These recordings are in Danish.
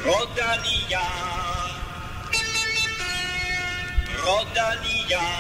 Rodalia, Rodalia.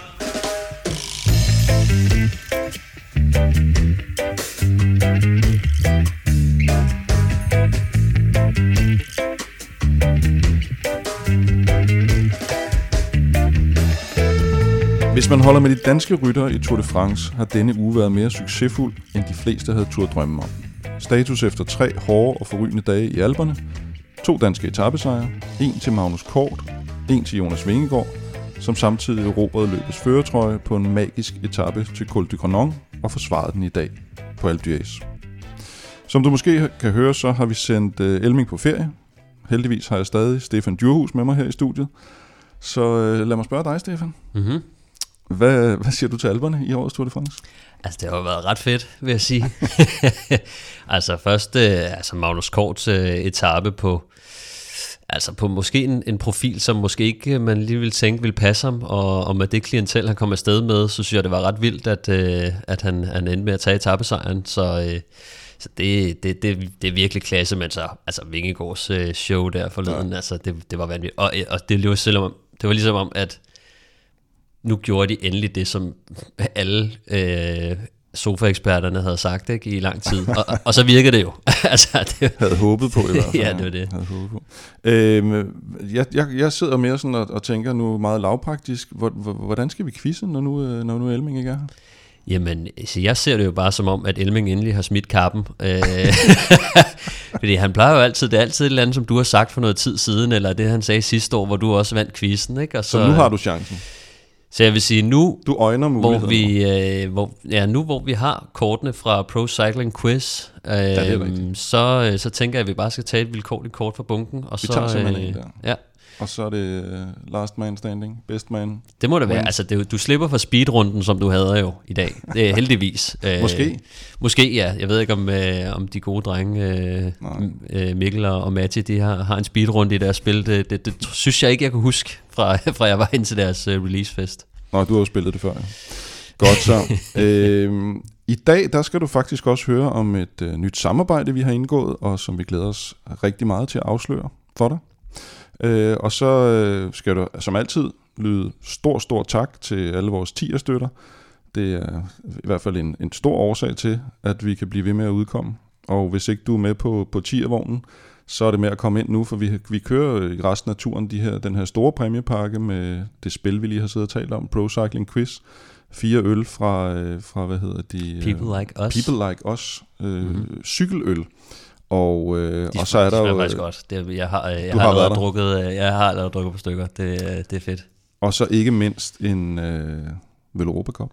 Hvis man holder med de danske ryttere i Tour de France, har denne uge været mere succesfuld, end de fleste havde turde drømme om. Status efter 3 hårde og forrygende dage i Alperne, 2 danske etapesejre, 1 til Magnus Kort, 1 til Jonas Vingegaard, som samtidig erobrede løbets førertrøje på en magisk etape til Col du Granon og forsvarede den i dag på Alpe d'Huez. Som du måske kan høre, så har vi sendt Elming på ferie. Heldigvis har jeg stadig Stefan Djurhus med mig her i studiet. Så lad mig spørge dig, Stefan. Mm-hmm. Hvad siger du til Alperne i årets Tour de France? Altså, det har jo været ret fedt, vil jeg sige. Altså, først Magnus Korts etape på måske en profil, som måske ikke man lige ville tænke ville passe ham, og med det klientel, han kom afsted med, så synes jeg, det var ret vildt, at han endte med at tage etapesejren, så det er virkelig klasse, men så altså Vingegaards show der forleden, altså det var vanvittigt, og det var ligesom om, at nu gjorde de endelig det, som alle sofa-eksperterne havde sagt, ikke, i lang tid. Og så virkede det jo. Altså, det havde håbet på i hvert fald. Ja, det var det. Havde håbet på. Jeg sidder mere sådan og tænker nu meget lavpraktisk, hvordan skal vi quizze, når nu Elming ikke er her? Jamen, så jeg ser det jo bare som om, at Elming endelig har smidt kappen. Fordi han plejer jo altid, det er altid et eller andet, som du har sagt for noget tid siden, eller det han sagde sidste år, hvor du også vandt quizzen, ikke? Og så nu har du chancen. Så jeg vil sige, nu, du øjner hvor vi har kortene fra Pro Cycling Quiz, så tænker jeg, at vi bare skal tage et vilkårligt kort fra bunken. Og vi så tager simpelthen en der. Ja. Og så er det last man standing, best man. Det må det være. Altså, du slipper for speedrunden, som du havde jo i dag. Det er heldigvis. Måske, ja. Jeg ved ikke, om de gode drenge, Mikkel og Matti, de har en speedrunde i deres spil. Det synes jeg ikke, jeg kunne huske, fra jeg var ind til deres releasefest. Nå, du har jo spillet det før, ja. Godt så. I dag, der skal du faktisk også høre om et nyt samarbejde, vi har indgået, og som vi glæder os rigtig meget til at afsløre for dig. Og så skal du som altid lyde stor tak til alle vores tierstøtter. Det er i hvert fald en stor årsag til, at vi kan blive ved med at udkomme. Og hvis ikke du er med på tiervognen, så er det med at komme ind nu, for vi kører i resten af turen den her store præmiepakke med det spil, vi lige har siddet og talt om, Pro Cycling Quiz. 4 øl fra hvad hedder de? People Like Us. People Like Us. Cykeløl. Og så er der jo... faktisk godt. Jeg har allerede drukket på stykker. Det er fedt. Og så ikke mindst en Veloropa Cup.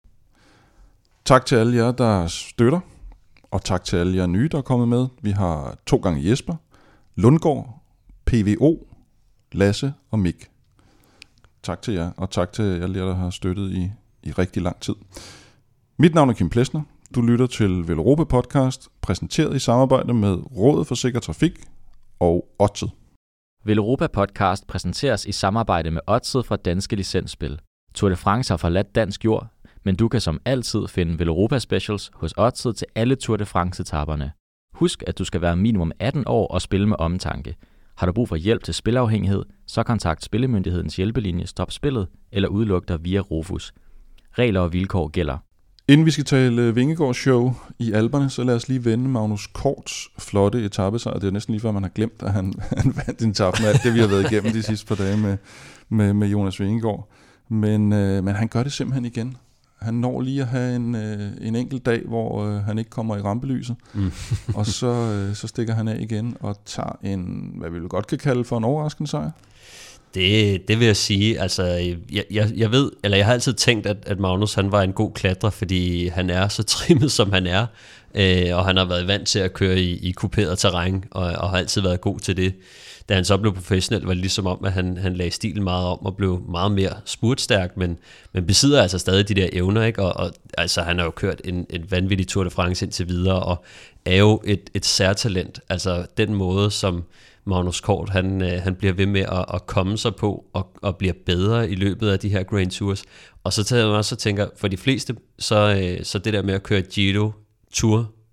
Tak til alle jer, der støtter. Og tak til alle jer nye, der er kommet med. Vi har 2 gange Jesper, Lundgaard, PVO, Lasse og Mik. Tak til jer, og tak til alle jer, der har støttet i rigtig lang tid. Mit navn er Kim Plesner. Du lytter til Veloropa Podcast, præsenteret i samarbejde med Rådet for Sikker Trafik og Odset. Veloropa Podcast præsenteres i samarbejde med Odset fra Danske Licensspil. Tour de France har forladt dansk jord, men du kan som altid finde Veloropa Specials hos Odset til alle Tour de France-etaperne. Husk, at du skal være minimum 18 år og spille med omtanke. Har du brug for hjælp til spilafhængighed, så kontakt Spillemyndighedens hjælpelinje Stop Spillet eller udluk dig via Rofus. Regler og vilkår gælder. Inden vi skal tale Vingegaards show i Alperne, så lad os lige vende Magnus Korts flotte etapesejr. Det er næsten lige før, man har glemt, at han vandt en etape med alt det, vi har været igennem de sidste par dage med Jonas Vingegaard. Men han gør det simpelthen igen. Han når lige at have en enkelt dag, hvor han ikke kommer i rampelyset. Og så stikker han af igen og tager hvad vi godt kan kalde for en overraskende sejr. Det vil jeg sige, altså jeg ved, eller jeg har altid tænkt, at Magnus han var en god klatrer, fordi han er så trimmet, som han er, og han har været vant til at køre i kuperet terræn, og har altid været god til det. Da han så blev professionel, var det ligesom om, at han lagde stilen meget om, og blev meget mere spurtstærk, men besidder altså stadig de der evner, ikke? Og altså, han har jo kørt en vanvittig Tour de France indtil videre, og er jo et særtalent, altså den måde, som Magnus Kort, han bliver ved med at komme sig på, og bliver bedre i løbet af de her Grand Tours. Og så tager jeg også og tænker, for de fleste, så det der med at køre Giro Tour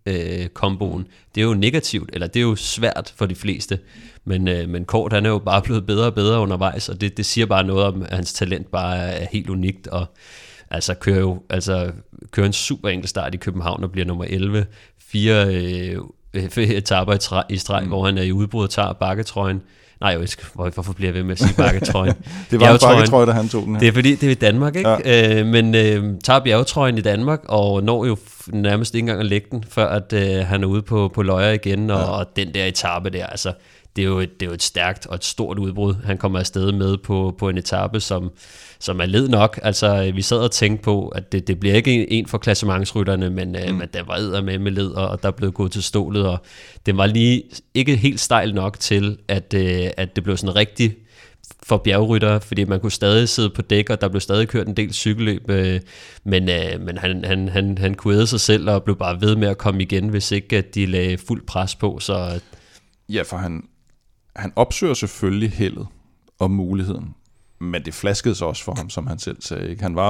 komboen. Det er jo negativt, eller det er jo svært for de fleste, men Kort, han er jo bare blevet bedre og bedre undervejs, og det siger bare noget om, at hans talent bare er helt unikt, og altså kører en super enkel start i København og bliver nummer 11, 4 etaper i streg, hvor han er i udbrud og tager bakketrøjen. Nej, hvorfor bliver jeg ved med at sige bakketrøjen? Det var en bakketrøje, da han tog den her. Det er fordi, det er i Danmark, ikke? Ja. Men tager bjergetrøjen i Danmark, og når jo nærmest ikke engang at lægge den, før at han er ude på løjer igen, og den der etape der, altså, det er jo et stærkt og et stort udbrud. Han kommer afsted med på en etape, som er led nok. Altså, vi sad og tænkte på, at det bliver ikke en for klassementsrytterne, men der var med led, og der blev gået til stålet, og det var lige ikke helt stejl nok til, at det blev sådan rigtig for bjergryttere, fordi man kunne stadig sidde på dæk, og der blev stadig kørt en del cykelløb, men han kunne æde sig selv, og blev bare ved med at komme igen, hvis ikke at de lagde fuld pres på. Så ja, for han opsøger selvfølgelig heldet og muligheden, men det flaskede sig også for ham, som han selv sagde. Ikke? Han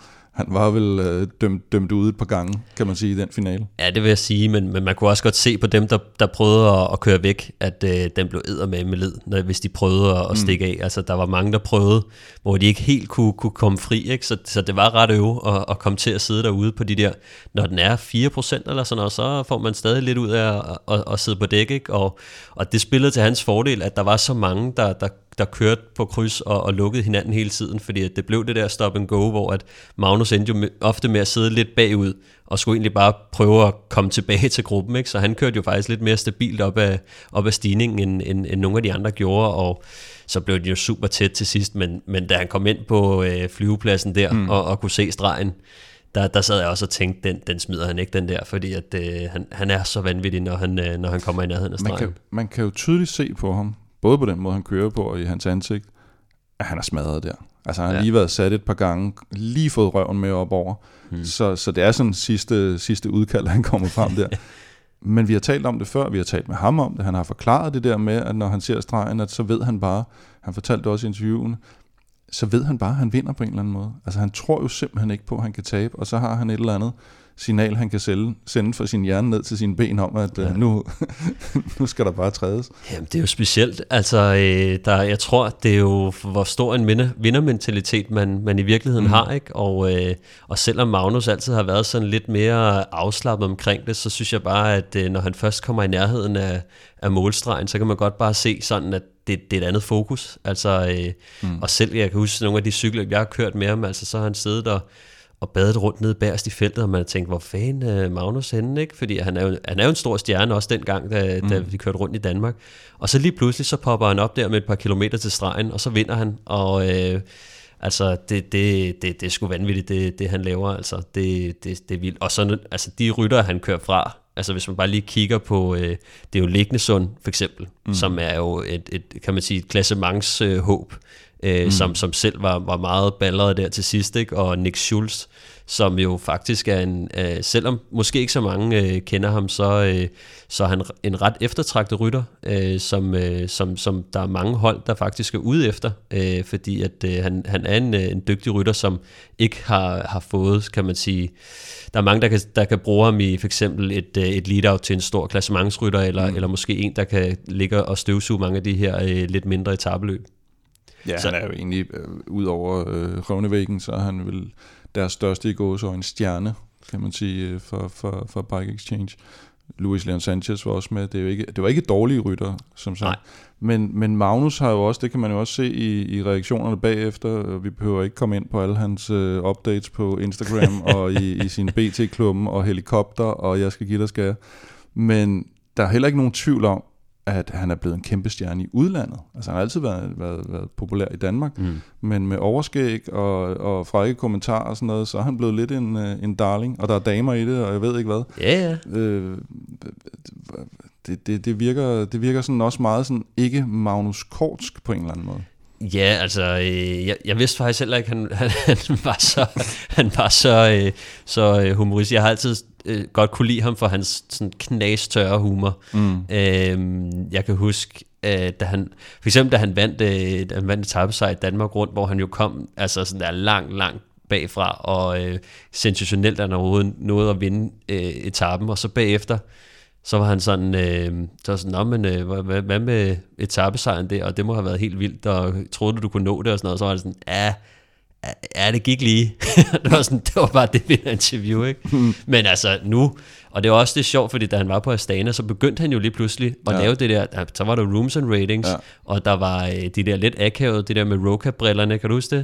var vel dømt ude et par gange, kan man sige, i den finale. Ja, det vil jeg sige, men man kunne også godt se på dem, der prøvede at køre væk, at den blev eddermame med led, hvis de prøvede at stikke af. Altså, der var mange, der prøvede, hvor de ikke helt kunne komme fri, ikke? Så det var ret at komme til at sidde derude på de der, når den er 4% eller sådan noget, så får man stadig lidt ud af at sidde på dæk, ikke? Og det spillede til hans fordel, at der var så mange, der kørte på kryds og lukkede hinanden hele tiden, fordi at det blev det der stop and go, hvor at Magnus endte jo ofte med at sidde lidt bagud, og skulle egentlig bare prøve at komme tilbage til gruppen, ikke? Så han kørte jo faktisk lidt mere stabilt op ad stigningen, end nogle af de andre gjorde, og så blev det jo super tæt til sidst, men da han kom ind på flyvepladsen der, og kunne se stregen, der sad jeg også og tænkte, den smider han ikke, den der, fordi at han er så vanvittig, når han kommer i nærheden af stregen. Man kan jo tydeligt se på ham, både på den måde, han kører på, og i hans ansigt, at han er smadret der. Altså, han har lige været sat et par gange, lige fået røven med op over. Så det er sådan sidste udkald, han kommer frem der. Men vi har talt om det før, vi har talt med ham om det, han har forklaret det der med, at når han ser stregen, at så ved han bare, han fortalte også i interviewene, så ved han bare, at han vinder på en eller anden måde. Altså, han tror jo simpelthen ikke på, at han kan tabe, og så har han et eller andet signal, han kan sende fra sin hjerne ned til sine ben om, at nu skal der bare trædes. Jamen, det er jo specielt. Altså, jeg tror, det er jo, hvor stor en vindermentalitet man i virkeligheden har, ikke? Og selvom Magnus altid har været sådan lidt mere afslappet omkring det, så synes jeg bare, at når han først kommer i nærheden af målstregen, så kan man godt bare se sådan, at det er et andet fokus. Altså, og selv, jeg kan huske nogle af de cykler, jeg har kørt med ham, altså, så har han siddet og badet rundt nede bagerst i feltet, og man har tænkt, hvor fanden Magnus henne, ikke? Fordi han er jo en stor stjerne også dengang, da vi kørte rundt i Danmark. Og så lige pludselig, så popper han op der med et par kilometer til stregen, og så vinder han, og altså, det er sgu vanvittigt, det han laver, altså, det er vildt. Og så, altså, de rytter, han kører fra, altså hvis man bare lige kigger på, det er jo Lignesund for eksempel, som er jo et kan man sige, et klassementshåb, som selv var meget balleret der til sidst, ikke? Og Nick Schulz, som jo faktisk er selvom måske ikke så mange kender ham, så er han en ret eftertragtet rytter, som der er mange hold, der faktisk er ude efter, fordi at han er en dygtig rytter, som ikke har fået, kan man sige, der er mange, der kan bruge ham i for eksempel et lead-out til en stor klassementsrytter, eller måske en, der kan ligge og støvsuge mange af de her lidt mindre etapeløb. Ja, så han er jo egentlig, ud over Røvnevæggen, så er han vel deres største i gåseøjne stjerne, kan man sige, for Bike Exchange. Luis Leon Sanchez var også med. Det var ikke dårlige rytter, som sagt. Men Magnus har jo også, det kan man jo også se i reaktionerne bagefter. Vi behøver ikke komme ind på alle hans updates på Instagram og i sin BT-klubben og helikopter, og jeg skal give dig skære. Men der er heller ikke nogen tvivl om, at han er blevet en kæmpe stjerne i udlandet. Altså han har altid været populær i Danmark, men med overskæg og frække kommentarer og sådan noget, så er han blevet lidt en darling, og der er damer i det, og jeg ved ikke hvad. Ja. Det virker sådan også meget sådan ikke Magnus Kortsk på en eller anden måde. Ja, altså, jeg vidste faktisk heller ikke, han var så humorist. Jeg har altid godt kunne lide ham for hans sådan knastørre humor. Jeg kan huske, da han vandt etapesejr i Danmark rundt, hvor han jo kom altså sådan der langt bagfra, og sensationelt, at han overhovedet nåede at vinde etappen, og så bagefter, så var han sådan, hvad med etapesejren der, og det må have været helt vildt, og troede du kunne nå det, og sådan noget, så var det sådan, ja, det gik lige. Det var bare det vinderinterview, ikke? Men altså nu, og det var også det sjovt, fordi da han var på Astana, så begyndte han jo lige pludselig at lave det der, så var der rooms and ratings, og der var de der lidt akavede, det der med Roca-brillerne, kan du huske det?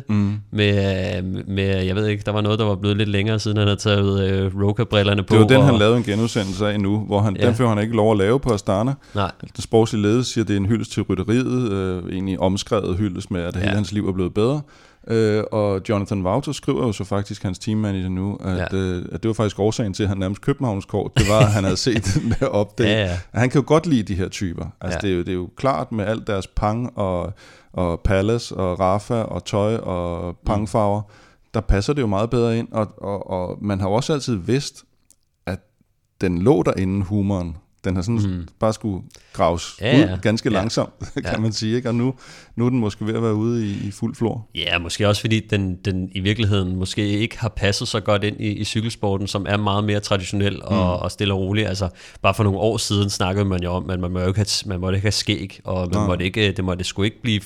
Med, jeg ved ikke, der var noget, der var blevet lidt længere, siden han havde taget Roca-brillerne på. Det var den, han lavede en genudsendelse af nu, hvor den får han ikke lov at lave på Astana. Nej. Den sportslige ledelse siger, at det er en hyldest til rytteriet, egentlig omskrevet hyldest med, at hele hans liv er blevet bedre. Og Jonathan Wouter skriver jo så faktisk, hans teammanager nu, at det var faktisk årsagen til, at han nærmest københavnskort. Det var, at han havde set den der update. Han kan jo godt lide de her typer. Altså, det er jo klart med alt deres pang og Palace og Rafa og tøj og pangfarver, der passer det jo meget bedre ind. Og man har jo også altid vidst, at den lå derinde, humoren. Den har sådan bare skulle graves ud ganske langsomt, kan man sige, ikke? Og nu er den måske ved at være ude i fuld flor. Ja, måske også fordi den i virkeligheden måske ikke har passet så godt ind i cykelsporten, som er meget mere traditionel og stille og rolig. Altså, bare for nogle år siden snakkede man jo om, at man måtte ikke have skæg, og det måtte sgu ikke blive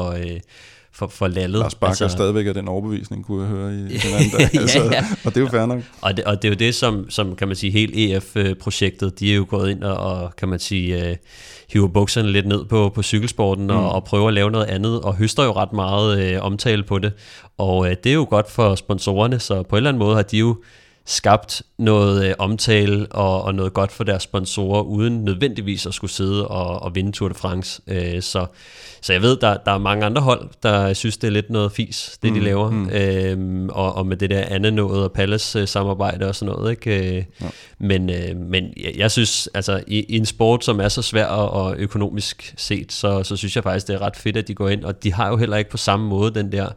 for lallet. Lars Bakker stadigvæk er den overbevisning, kunne jeg høre i den anden dag. Og det er jo fair nok. Og det er jo det, som kan man sige, hele EF-projektet, de er jo gået ind og kan man sige, hiver bukserne lidt ned på cykelsporten og prøver at lave noget andet, og høster jo ret meget omtale på det. Og det er jo godt for sponsorerne, så på en eller anden måde har de jo skabt noget omtale og noget godt for deres sponsorer, uden nødvendigvis at skulle sidde og vinde Tour de France. Så jeg ved, der er mange andre hold, der synes, det er lidt noget fis, det de laver. Og med det der andet noget og Palace samarbejde og sådan noget. Ikke? Men jeg synes, altså i en sport, som er så svær og økonomisk set, så synes jeg faktisk, det er ret fedt, at de går ind. Og de har jo heller ikke på samme måde den der...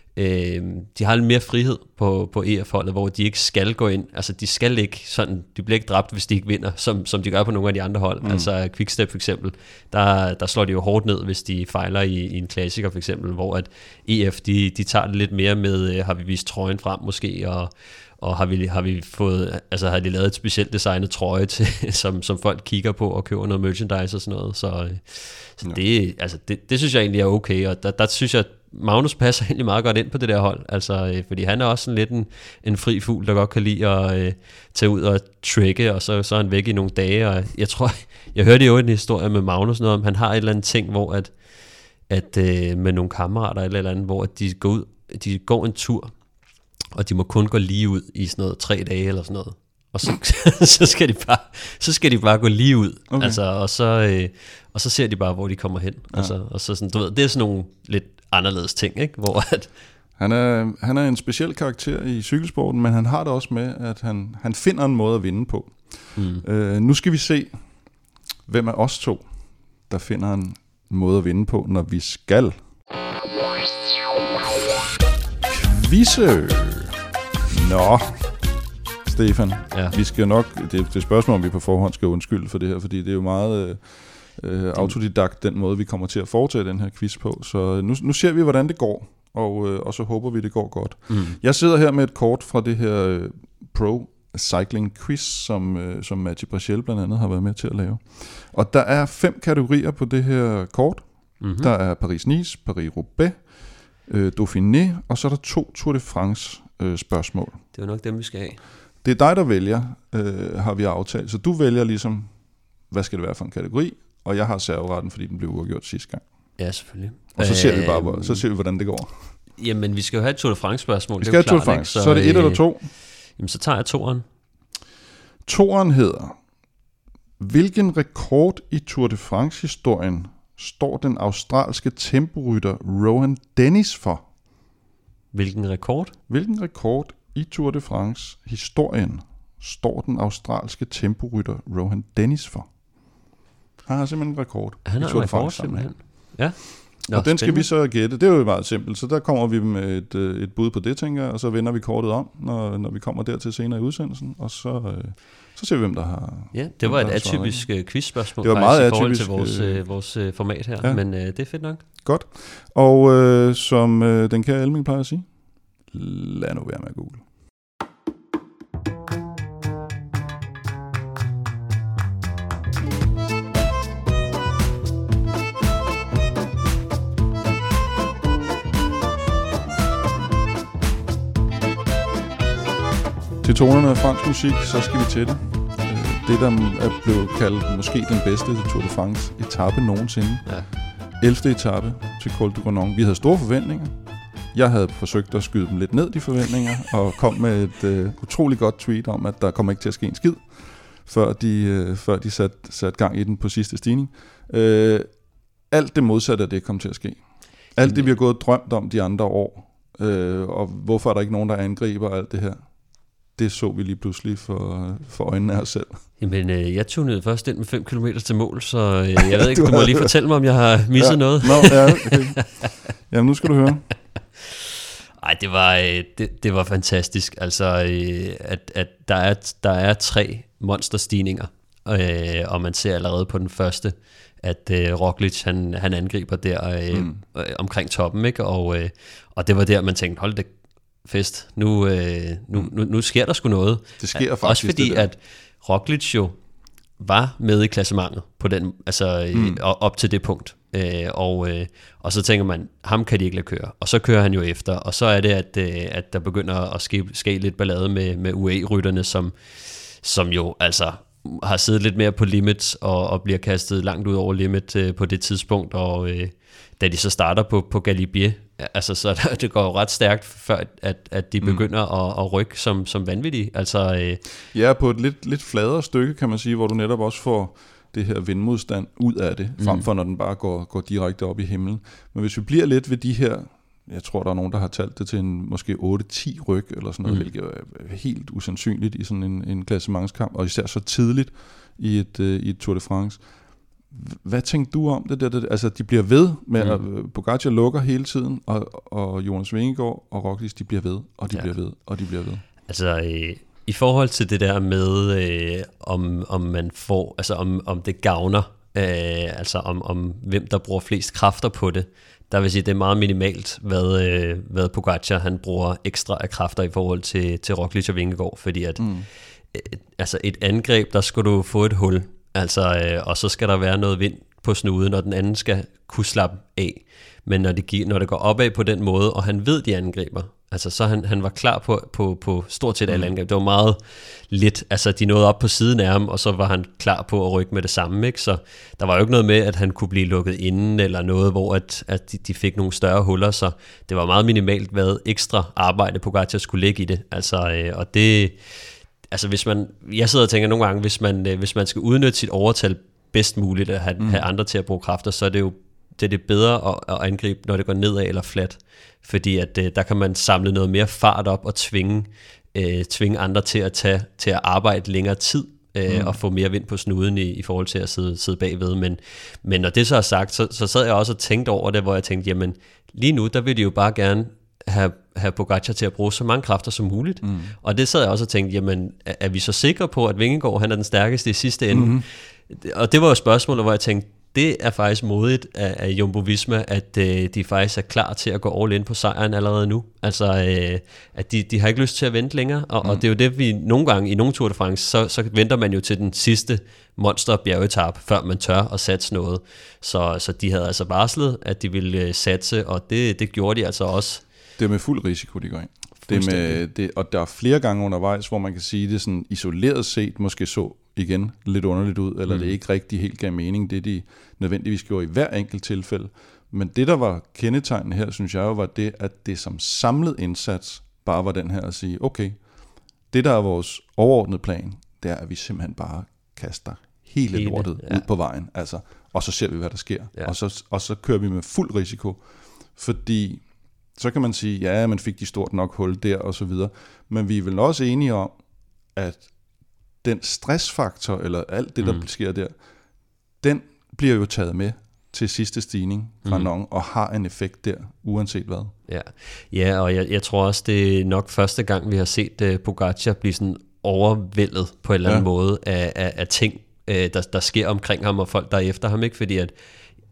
de har lidt mere frihed på EF-holdet, hvor de ikke skal gå ind. Altså, de skal ikke sådan, de bliver ikke dræbt, hvis de ikke vinder, som de gør på nogle af de andre hold. Altså, Quickstep for eksempel, der slår de jo hårdt ned, hvis de fejler i en klassiker for eksempel, hvor at EF, de tager det lidt mere med, har vi vist trøjen frem måske, og har vi fået, altså har de lavet et specielt designet trøje til, som folk kigger på og køber noget merchandise og sådan noget. Så det synes jeg egentlig er okay, og der synes jeg, Magnus passer egentlig meget godt ind på det der hold, altså, fordi han er også sådan lidt en fri fugl, der godt kan lide at tage ud og trække, og så er han væk i nogle dage, og jeg hørte jo en historie med Magnus noget om, han har et eller andet ting, hvor at med nogle kammerater eller andet, hvor de går en tur, og de må kun gå lige ud i sådan noget 3 dage eller sådan noget. Og så skal de bare gå lige ud. Okay. Altså, og så ser de bare, hvor de kommer hen. Ja. Altså, og så sådan, du ved, det er sådan nogle lidt anderledes ting, ikke? Hvor at han er en speciel karakter i cykelsporten, men han har det også med, at han finder en måde at vinde på. Nu skal vi se, hvem af os to, der finder en måde at vinde på, når vi skal quizze. Nå, Stefan, vi skal nok, det er spørgsmål, om vi på forhånd skal undskylde for det her, fordi det er jo meget autodidakt, den måde, vi kommer til at foretage den her quiz på. Så nu ser vi, hvordan det går, og så håber vi, det går godt. Jeg sidder her med et kort fra det her Pro Cycling Quiz, som Mathieu Brachel blandt andet har været med til at lave. Og der er 5 kategorier på det her kort. Der er Paris-Nice, Paris-Roubaix, Dauphiné, og så er der 2 Tour de France spørgsmål. Det er nok dem, vi skal have. Det er dig, der vælger, har vi aftalt. Så du vælger ligesom, hvad skal det være for en kategori, og jeg har serveretten, fordi den blev uafgjort sidste gang. Ja, selvfølgelig. Og så ser vi bare, hvordan det går. Jamen, vi skal jo have et Tour de France spørgsmål. Vi skal have Tour de France. Så er det 1 eller 2? Jamen, så tager jeg 2'eren. 2'eren hedder, hvilken rekord i Tour de France-historien står den australske temporytter Rohan Dennis for? Hvilken rekord? Hvilken rekord i Tour de France-historien står den australske temporytter Rohan Dennis for? Han har simpelthen en rekord. Han har en rekord simpelthen. Ja. Nå, og den skal vi så gætte. Det er jo meget simpelt, så der kommer vi med et bud på det, tænker jeg, og så vender vi kortet om, når vi kommer dertil senere i udsendelsen, og så ser vi, hvem der har... Ja, det var et atypisk quizspørgsmål. Det var meget atypisk. I forhold til vores format her, men det er fedt nok. Godt. Og som den kære Elming plejer at sige, lad nu være med at google. Til tonerne af fransk musik, så skal vi til det. Det, der er blevet kaldt måske den bedste Tour de France etape nogensinde. Ja. 11. etape til Col du Granon. Vi havde store forventninger. Jeg havde forsøgt at skyde dem lidt ned, de forventninger, og kom med et utroligt godt tweet om, at der kommer ikke til at ske en skid, før de satte gang i den på sidste stigning. Alt det modsatte af det kom til at ske. Alt det, vi har gået og drømt om de andre år, og hvorfor er der ikke nogen, der angriber alt det her, det så vi lige pludselig for øjnene af os selv. Jamen, jeg tunede først ind med 5 km til mål, så jeg ved ikke, du må lige fortælle mig, om jeg har misset noget. Okay. Jamen, nu skal du høre. Ej, det var fantastisk. Altså, at der er 3 monsterstigninger, og man ser allerede på den første, at Roglic, han angriber der omkring toppen, ikke? Og det var der, man tænkte, hold det fest. Nu sker der sgu noget. Det sker faktisk. Også fordi, at Roglic jo var med i klassementet på den, altså op til det punkt. Og så tænker man, ham kan de ikke lade køre. Og så kører han jo efter. Og så er det, at der begynder at ske lidt ballade med UAE-rytterne, som jo altså har siddet lidt mere på limit og bliver kastet langt ud over limit på det tidspunkt. Og da de så starter på Galibier, altså så det går jo ret stærkt, før at de begynder at rykke som vanvittige. Altså, ja, på et lidt fladere stykke, kan man sige, hvor du netop også får det her vindmodstand ud af det, frem for når den bare går direkte op i himlen. Men hvis vi bliver lidt ved de her, jeg tror, der er nogen, der har talt det til en måske 8-10 ryg, eller sådan noget, hvilket er helt usandsynligt i sådan en klassementskamp, og især så tidligt i et Tour de France. Hvad tænkte du om det der? Altså, de bliver ved med, at Pogačar lukker hele tiden, og Jonas Vingegaard og Roglic, de bliver ved, og de bliver ved, og de bliver ved. Altså, i forhold til det der med, om man får, altså om det gavner, altså om hvem der bruger flest kræfter på det, der vil sige, det er meget minimalt, hvad Pogačar han bruger ekstra af kræfter i forhold til Roglic og Vingegaard, fordi at altså et angreb, der skal du få et hul, altså, og så skal der være noget vind på snuden, og den anden skal kunne slappe af. Men når det går opad på den måde, og han ved, de angriber, altså så han var klar på stort set alle angreb. Det var meget lidt, altså de nåede op på siden af ham, og så var han klar på at rykke med det samme, ikke? Så der var jo ikke noget med, at han kunne blive lukket inden, eller noget, hvor at de fik nogle større huller, så det var meget minimalt, hvad ekstra arbejde Pogačar skulle lægge i det. Altså, og det, altså jeg sidder og tænker nogle gange, hvis man skal udnytte sit overtal bedst muligt, at have andre til at bruge kræfter, så er det jo det er bedre at angribe, når det går nedad eller fladt, fordi at der kan man samle noget mere fart op og tvinge andre til at arbejde længere tid og få mere vind på snuden i forhold til at sidde bagved. Men når det så er sagt, så sad jeg også og tænkte over det, hvor jeg tænkte, jamen lige nu, der vil de jo bare gerne have Pogačar til at bruge så mange kræfter som muligt. Og det sad jeg også og tænkte, jamen er vi så sikre på, at Vingegaard han er den stærkeste i sidste ende? Og det var jo spørgsmålet, hvor jeg tænkte, det er faktisk modigt af Jumbo Visma, at de faktisk er klar til at gå all in på sejren allerede nu. Altså, at de har ikke lyst til at vente længere, og det er jo det, vi nogle gange i nogle Tour de France, så venter man jo til den sidste monster bjergetap, før man tør at satse noget. Så de havde altså varslet, at de ville satse, og det gjorde de altså også. Det er med fuld risiko, de går ind. Og der er flere gange undervejs, hvor man kan sige, det sådan isoleret set måske så igen lidt underligt ud, eller det ikke rigtig helt gav mening, det de nødvendigvis gjorde i hver enkelt tilfælde. Men det, der var kendetegnende her, synes jeg jo, var det, at det som samlet indsats bare var den her at sige, okay, det der er vores overordnede plan, det er, at vi simpelthen bare kaster hele lortet ud på vejen, altså, og så ser vi, hvad der sker. Ja. Og så kører vi med fuld risiko, fordi så kan man sige, ja, man fik de stort nok hul der, og så videre. Men vi er vel også enige om, at den stressfaktor, eller alt det, der sker der, den bliver jo taget med til sidste stigning fra nogen, og har en effekt der, uanset hvad. Ja, og jeg tror også, det er nok første gang, vi har set Pogačar blive sådan overvældet på en eller anden måde af ting, der sker omkring ham, og folk, der er efter ham, ikke? Fordi at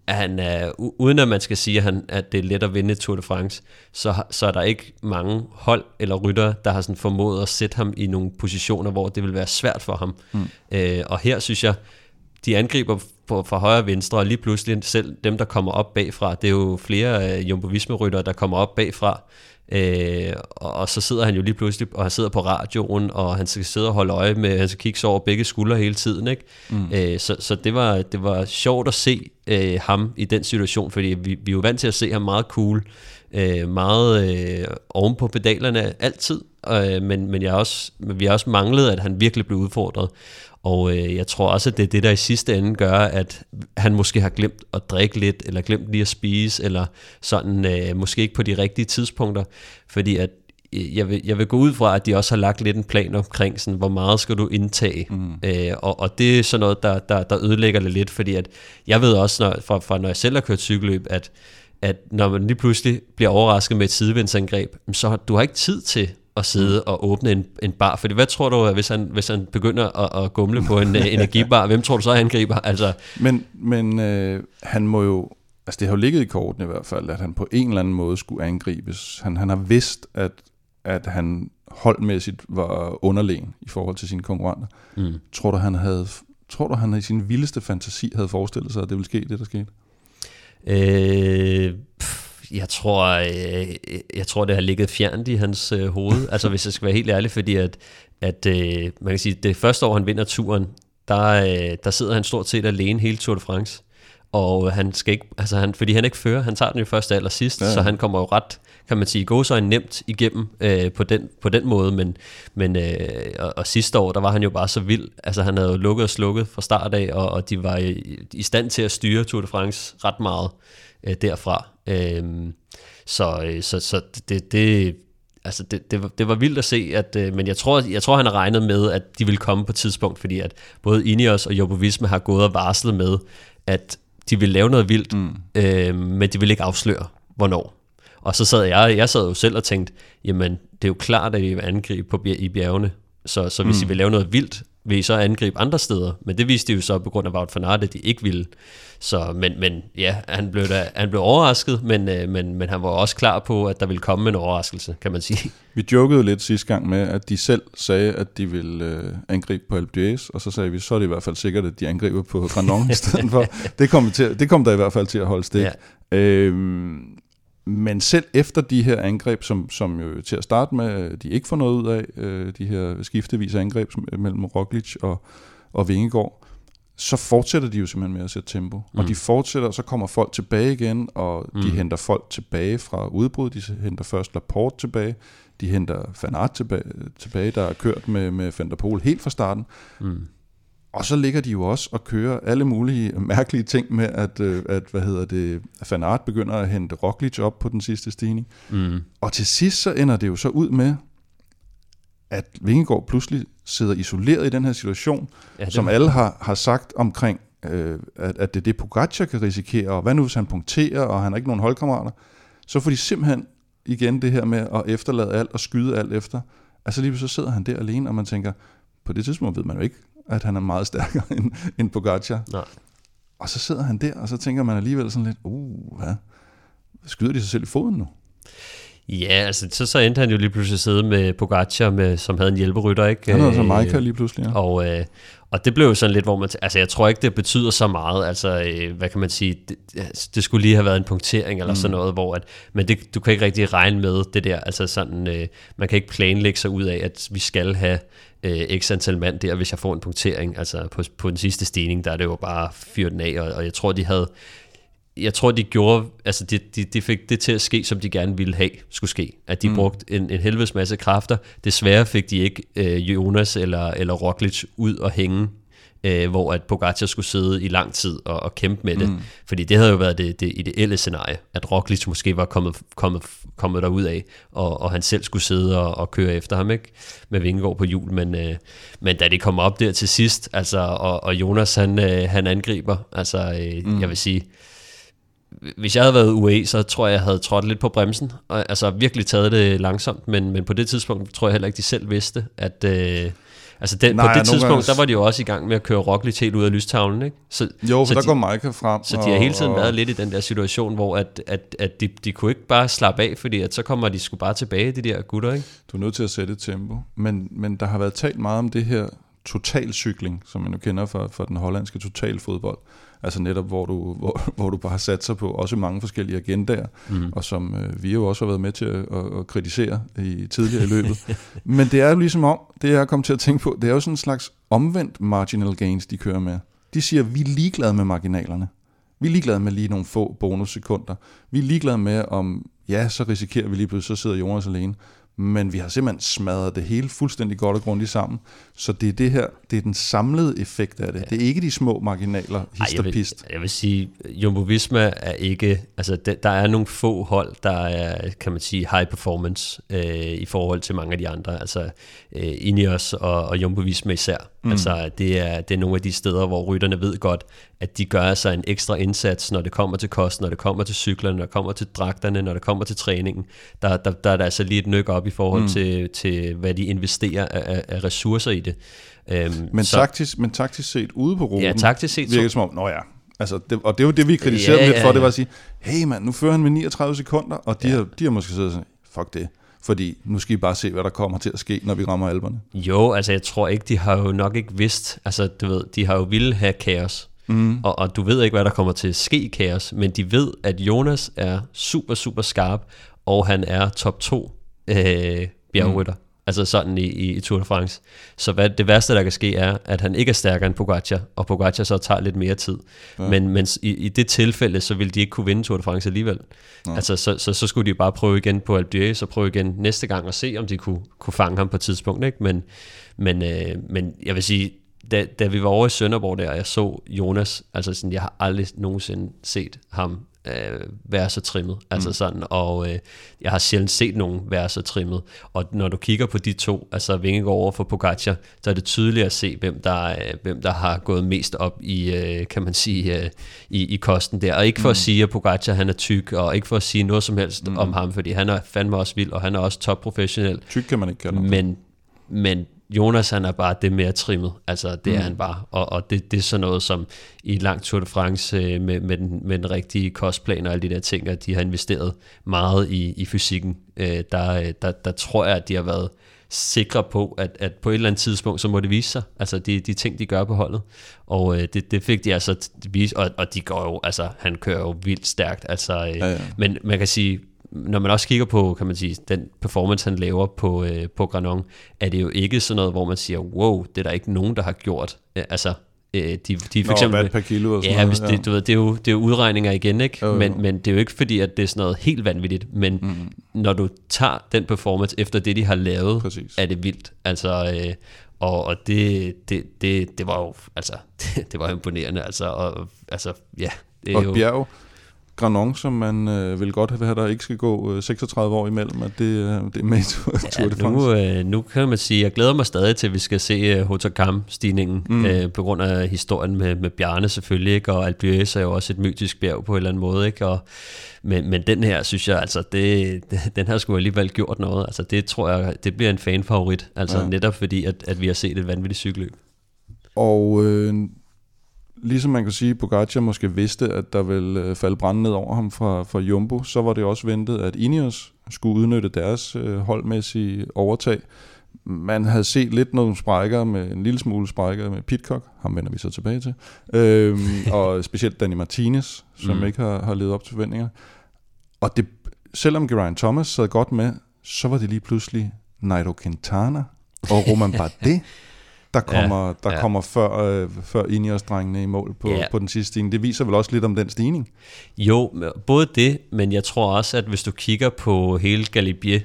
at han er, uden at man skal sige, at det er let at vinde Tour de France, så er der ikke mange hold eller ryttere, der har sådan formået at sætte ham i nogle positioner, hvor det vil være svært for ham. Og her synes jeg, de angriber fra højre og venstre, og lige pludselig selv dem, der kommer op bagfra, det er jo flere Jumbo-Visma-ryttere, der kommer op bagfra, og så sidder han jo lige pludselig, og han sidder på radioen, og han skal sidde og holde øje med, han skal kigge sig over begge skuldre hele tiden, ikke? Så det var sjovt at se ham i den situation, fordi vi er jo vant til at se ham meget cool, meget oven på pedalerne altid, men vi har også manglet, at han virkelig blev udfordret. Og jeg tror også, at det er det, der i sidste ende gør, at han måske har glemt at drikke lidt, eller glemt lige at spise, eller sådan, måske ikke på de rigtige tidspunkter. Fordi at jeg vil gå ud fra, at de også har lagt lidt en plan omkring, sådan, hvor meget skal du indtage. Og det er sådan noget, der ødelægger det lidt, fordi at jeg ved også, når jeg selv har kørt cykelløb, at når man lige pludselig bliver overrasket med et sidevindsangreb, så du har ikke tid til at sidde og åbne en bar. Fordi hvad tror du, hvis han begynder at gumle på en energibar, hvem tror du så angriber? Altså. Men han må jo, altså det har jo ligget i korten i hvert fald, at han på en eller anden måde skulle angribes. Han har vidst, at han holdmæssigt var underlegen i forhold til sine konkurrenter. Tror du, han i sin vildeste fantasi havde forestillet sig, at det ville ske, det der skete? Jeg tror, det har ligget fjernt i hans hoved, altså hvis jeg skal være helt ærlig, fordi at man kan sige, det første år, han vinder turen, der sidder han stort set alene hele Tour de France, og han skal ikke, altså fordi han ikke fører, han tager den jo først allersidst, så han kommer jo ret, kan man sige, gå så nemt igennem på den måde, men og sidste år, der var han jo bare så vild, altså han havde jo lukket og slukket fra start af, og de var i stand til at styre Tour de France ret meget derfra. Så det var vildt at se, men jeg tror han har regnet med, at de ville komme på et tidspunkt, fordi at både Ineos og Jumbo-Visma har gået og varslet med, at de ville lave noget vildt, men de ville ikke afsløre, hvornår. Og så sad jeg sad jo selv og tænkte, jamen det er jo klart, at I vil angribe i bjergene, så hvis I vil lave noget vildt, vil I så angribe andre steder, men det viste de jo så på grund af Wout van Aert, at de ikke ville. Så, men ja, han blev overrasket, men han var også klar på, at der ville komme en overraskelse, kan man sige. Vi jokede lidt sidste gang med, at de selv sagde, at de ville angribe på Alpe d'Huez, og så sagde vi, så er det i hvert fald sikkert, at de angriber på Granon i stedet for. Det kom der i hvert fald til at holde stik. Ja. Men selv efter de her angreb, som jo til at starte med, de ikke får noget ud af, de her skiftevise angreb mellem Roglic og Vingegaard, så fortsætter de jo simpelthen med at sætte tempo. Og de fortsætter, og så kommer folk tilbage igen, og de henter folk tilbage fra udbrud. De henter først Laporte tilbage, de henter Van Aert tilbage, der er kørt med Van der Poel helt fra starten. Og så ligger de jo også og kører alle mulige mærkelige ting med, at Van Aert begynder at hente Roglic op på den sidste stigning. Og til sidst så ender det jo så ud med, at Vingegaard pludselig sidder isoleret i den her situation, som alle har sagt omkring, at det er det, Pogačar kan risikere, og hvad nu hvis han punkterer, og han har ikke nogen holdkammerater. Så får de simpelthen igen det her med at efterlade alt og skyde alt efter. Altså lige så sidder han der alene, og man tænker, på det tidspunkt ved man jo ikke, at han er meget stærkere end Pogačar. Nej. Og så sidder han der, og så tænker man alligevel sådan lidt, hvad? Skyder de sig selv i foden nu? Ja, altså så endte han jo lige pludselig at sidde med Pogačar, som havde en hjælperytter, ikke? Han havde så Majka lige pludselig, ja. Og det blev jo sådan lidt, hvor man... Altså, jeg tror ikke, det betyder så meget. Altså, hvad kan man sige? Det skulle lige have været en punktering eller sådan noget, hvor... Men du kan ikke rigtig regne med det der. Altså sådan... man kan ikke planlægge sig ud af, at vi skal have x antal mand der, hvis jeg får en punktering. Altså, på den sidste stigning, der er det jo bare fyret den af, og jeg tror, de gjorde, altså de fik det til at ske, som de gerne ville have skulle ske. At de brugte en helvedes masse kræfter. Desværre fik de ikke Jonas eller Roglic ud og hænge, hvor at Pogačar skulle sidde i lang tid og kæmpe med det. Fordi det havde jo været det ideelle scenarie, at Roglic måske var kommet derud af, og han selv skulle sidde og køre efter ham, ikke? Med Vingegaard på hjul. Men da det kom op der til sidst, altså, og Jonas han angriber, altså jeg vil sige, hvis jeg havde været UAE, så tror jeg havde trådt lidt på bremsen, og altså virkelig taget det langsomt, men på det tidspunkt tror jeg heller ikke, de selv vidste, Altså på det tidspunkt, der var de jo også i gang med at køre Roglic helt ud af lystavlen, ikke? Så der går Majka frem. Så de har hele tiden været lidt i den der situation, hvor at de kunne ikke bare slappe af, fordi at så kommer de sgu bare tilbage, de der gutter, ikke? Du er nødt til at sætte et tempo. Men der har været talt meget om det her totalcykling, som man nu kender fra den hollandske totalfodbold. Altså netop, hvor du bare satser på også mange forskellige agendaer, og som vi jo også har været med til at kritisere tidligere i løbet. Men det er jo ligesom om, det jeg er kommet til at tænke på, det er jo sådan en slags omvendt marginal gains, de kører med. De siger, vi er ligeglade med marginalerne. Vi er ligeglade med lige nogle få bonussekunder. Vi er ligeglade med, så risikerer vi lige pludselig, så sidder Jonas alene. Men vi har simpelthen smadret det hele fuldstændig godt og grundigt sammen. Så det er det her, det er den samlede effekt af det. Det er ikke de små marginaler, hist og pist. Jeg vil sige, Jumbo-Visma er ikke, altså der er nogle få hold, der er, kan man sige, high performance i forhold til mange af de andre. Altså Ineos og Jumbo-Visma især. Altså det er nogle af de steder, hvor rytterne ved godt, at de gør sig en ekstra indsats, når det kommer til kosten, når det kommer til cyklerne, når det kommer til dragterne, når det kommer til træningen. Der er der altså lige et nyk op i forhold til hvad de investerer af ressourcer i det. Men taktisk set ude på ruten, taktisk set virker det som om, altså og det er jo det, vi kritiserede lidt for, det var at sige, hey mand, nu fører han med 39 sekunder, og de har måske siddet sådan, fuck det. Fordi nu skal I bare se, hvad der kommer til at ske, når vi rammer Alperne. Jo, altså jeg tror ikke, de har jo nok ikke vidst, altså du ved, de har jo ville have kaos, og du ved ikke, hvad der kommer til at ske i kaos, men de ved, at Jonas er super, super skarp, og han er top 2 bjergrytter, altså sådan i Tour de France. Så det værste, der kan ske, er, at han ikke er stærkere end Pogacar, og Pogacar så tager lidt mere tid. Ja. Men i det tilfælde, så vil de ikke kunne vinde Tour de France alligevel. Ja. Altså, så skulle de bare prøve igen på Alpe d'Huez, så prøve igen næste gang og se, om de kunne fange ham på et tidspunkt. Ikke? Men jeg vil sige, da vi var over i Sønderborg der, og jeg så Jonas, altså sådan, jeg har aldrig nogensinde set ham være så trimmet, altså sådan, og jeg har sjældent set nogen være så trimmet, og når du kigger på de to, altså Vingegaard over for Pogacar, så er det tydeligt at se, hvem der har gået mest op i, kan man sige, i kosten der, og ikke for at sige, at Pogacar han er tyk, og ikke for at sige noget som helst om ham, fordi han er fandme også vild, og han er også topprofessionel. Tyk kan man ikke kalde ham. Men Jonas han er bare det mere trimmet, altså det er han bare, og det er sådan noget som i et langt Tour de France med den rigtige kostplan og alle de der ting, at de har investeret meget i fysikken. Der tror jeg, at de har været sikre på, at på et eller andet tidspunkt, så må det vise sig, altså de ting, de gør på holdet, og det fik de altså vise, og de går jo, altså han kører jo vildt stærkt, altså, ja. Men man kan sige, når man også kigger på, kan man sige, den performance, han laver på Granon, er det jo ikke sådan noget, hvor man siger, wow, det er der ikke nogen, der har gjort. Altså, de for eksempel... et par kilo og sådan noget. Ja, du ved, det er jo udregninger igen, ikke? Men det er jo ikke fordi, at det er sådan noget helt vanvittigt, men når du tager den performance efter det, de har lavet, præcis, er det vildt. Altså, og det var jo, altså, det var imponerende, altså, og altså, ja. Det er og jo... bjerg, Granon, som man vil godt have, der ikke skal gå 36 år imellem, at det er med Tour de France. Nu kan man sige, jeg glæder mig stadig til, at vi skal se Hautacam-stigningen, på grund af historien med Bjarne selvfølgelig, ikke? Og Alpe d'Huez er jo også et mytisk bjerg på en eller anden måde, ikke? Men den her, synes jeg, altså, den her skulle alligevel gjort noget. Altså, det tror jeg, det bliver en fanfavorit, altså netop fordi, at vi har set et vanvittigt cykelløb. Og... ligesom man kan sige, at Pogacar måske vidste, at der ville falde brand ned over ham fra Jumbo, så var det også ventet, at Ineos skulle udnytte deres holdmæssige overtag. Man havde set lidt nogle sprækker, med en lille smule sprækker med Pidcock, ham vender vi så tilbage til, og specielt Dani Martinez, som ikke har levet op til forventninger. Og det, selvom Geraint Thomas sad godt med, så var det lige pludselig Nairo Quintana og Romain Bardet, der kommer før Ineos-drengene i mål på den sidste stigning. Det viser vel også lidt om den stigning? Jo, både det, men jeg tror også, at hvis du kigger på hele Galibier,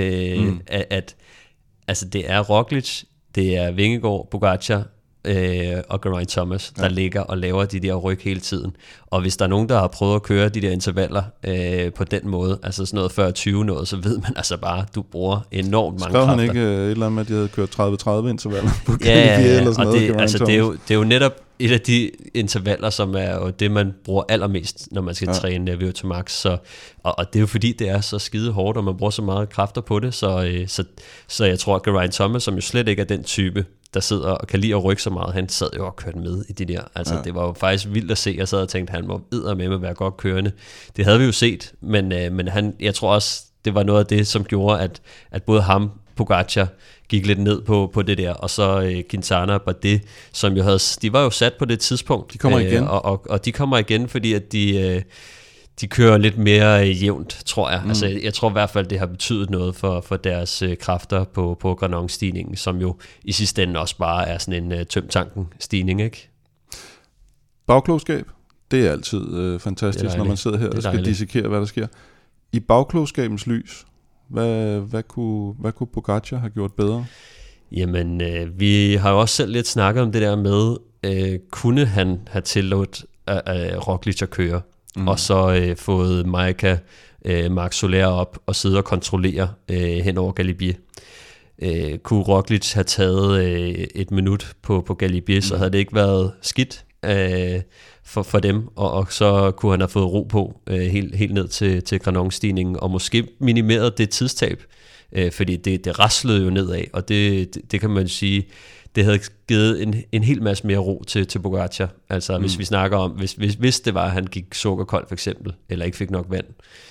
at altså det er Roglic, det er Vingegaard, Pogacar og Geraint Thomas, der ligger og laver de der ryg hele tiden. Og hvis der er nogen, der har prøvet at køre de der intervaller på den måde, altså sådan noget før 20 noget, så ved man altså bare, du bruger enormt mange kræfter. Skrev han ikke et eller andet med, at de havde kørt 30-30 intervaller på Galibier eller sådan noget? Altså det er jo netop et af de intervaller, som er jo det, man bruger allermest, når man skal træne VO2 Max. Og det er jo fordi, det er så skide hårdt, og man bruger så meget kræfter på det. Så jeg tror, at Geraint Thomas, som jo slet ikke er den type, der sidder og kan lide at rykke så meget, han sad jo og kørte med i de der. Altså, det var jo faktisk vildt at se. Jeg sad og tænkte, han må eddermame være godt kørende. Det havde vi jo set, men jeg tror også, det var noget af det, som gjorde, at både ham, Pogacar, gik lidt ned på det der, og så Quintana og Bardet, som jo de var jo sat på det tidspunkt. De kommer igen. Og de kommer igen, fordi at de kører lidt mere jævnt, tror jeg. Altså, jeg tror i hvert fald, det har betydet noget for deres kræfter på Granon-stigningen, som jo i sidste ende også bare er sådan en tømtanken-stigning, ikke? Bagklogskab, det er altid fantastisk, når man sidder her og skal dissekere, hvad der sker. I bagklogskabens lys, hvad kunne Pogacar have gjort bedre? Jamen, vi har jo også selv lidt snakket om det der med, kunne han have tilladt Roglic at køre, og så fået Majka, Marc Soler op og sidde og kontrollere hen over Galibier. Kunne Roglic have taget et minut på Galibier, så havde det ikke været skidt for dem, og så kunne han have fået ro på helt ned til Granon-stigningen, og måske minimeret det tidstab, fordi det raslede jo nedad, og det kan man sige, det havde givet en hel masse mere ro til Pogacar. Altså hvis vi snakker om, hvis det var, at han gik sukkerkold for eksempel, eller ikke fik nok vand,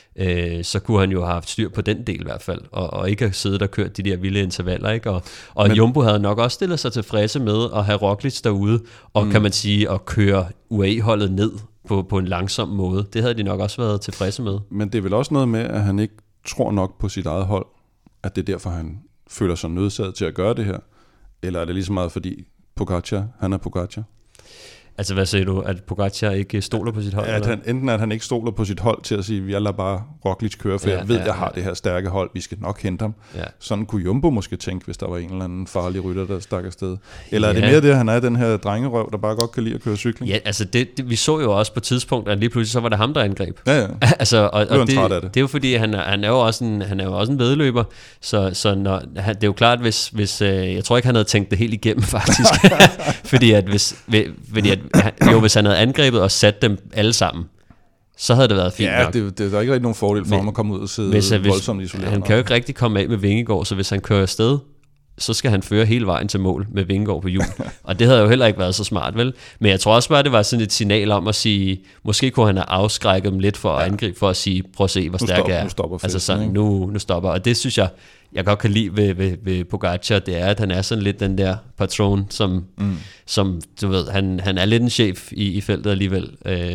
så kunne han jo have haft styr på den del i hvert fald, og ikke have siddet og kørt de der vilde intervaller, ikke? Og Jumbo havde nok også stillet sig tilfredse med at have Roglic derude, og kan man sige, at køre UAE-holdet ned på en langsom måde. Det havde de nok også været tilfredse med. Men det er vel også noget med, at han ikke tror nok på sit eget hold, at det er derfor, han føler sig nødsaget til at gøre det her? Eller er det lige så meget, fordi Pogacar, han er Pogacar? Altså, hvad siger du? At Pogacar ikke stoler på sit hold? Enten at han ikke stoler på sit hold til at sige, jeg lader bare Roglic køre, for jeg ved, jeg har det her stærke hold, vi skal nok hente ham. Ja. Sådan kunne Jumbo måske tænke, hvis der var en eller anden farlig rytter, der stak afsted. Eller er det mere det, at han er den her drengerøv, der bare godt kan lide at køre cykling? Ja, altså vi så jo også på et tidspunkt, at lige pludselig så var det ham, der angreb. Ja. Altså, og det er jo fordi, han er jo også en vedløber, så når, det er jo klart, hvis jeg tror ikke, han havde tænkt det helt igennem, faktisk. fordi at hvis han havde angrebet og sat dem alle sammen, så havde det været fint nok. Ja, det er ikke rigtig nogen fordel for ham at komme ud og sidde voldsomt isoleret. Han kan jo ikke rigtig komme af med Vingegaard, så hvis han kører afsted, så skal han føre hele vejen til mål med Vingegaard på hjul. Og det havde jo heller ikke været så smart, vel? Men jeg tror også bare, det var sådan et signal om at sige, måske kunne han have afskrækket dem lidt for at angribe, for at sige, prøv at se, hvor stærk jeg er. Nu stopper festen, altså sådan, nu stopper. Og det synes jeg godt kan lide ved Pogacar, det er, at han er sådan lidt den der patron, som du ved, han er lidt en chef i feltet alligevel.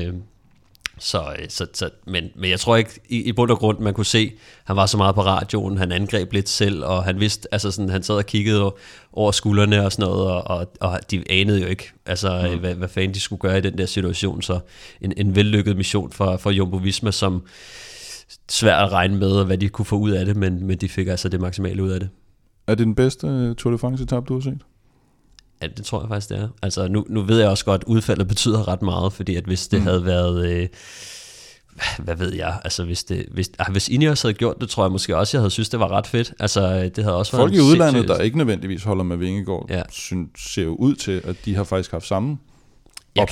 Men jeg tror ikke, i bund og grund, man kunne se, han var så meget på radioen, han angreb lidt selv, og han vidste, altså sådan, han sad og kiggede over skuldrene og sådan noget, og de anede jo ikke, altså hvad fanden de skulle gøre i den der situation, så en vellykket mission for Jumbo Visma, som svært at regne med, hvad de kunne få ud af det, men de fik altså det maksimale ud af det. Er det den bedste Tour de France-etape, du har set? Ja, det tror jeg faktisk, det er. Altså, nu ved jeg også godt, at udfaldet betyder ret meget, fordi at hvis det havde været... hvad ved jeg? Altså, hvis Ineos havde gjort det, tror jeg måske også, jeg havde synes, det var ret fedt. Altså, det havde også folk i udlandet, der ikke nødvendigvis holder med Vingegaard, ser jo ud til, at de har faktisk haft samme jeg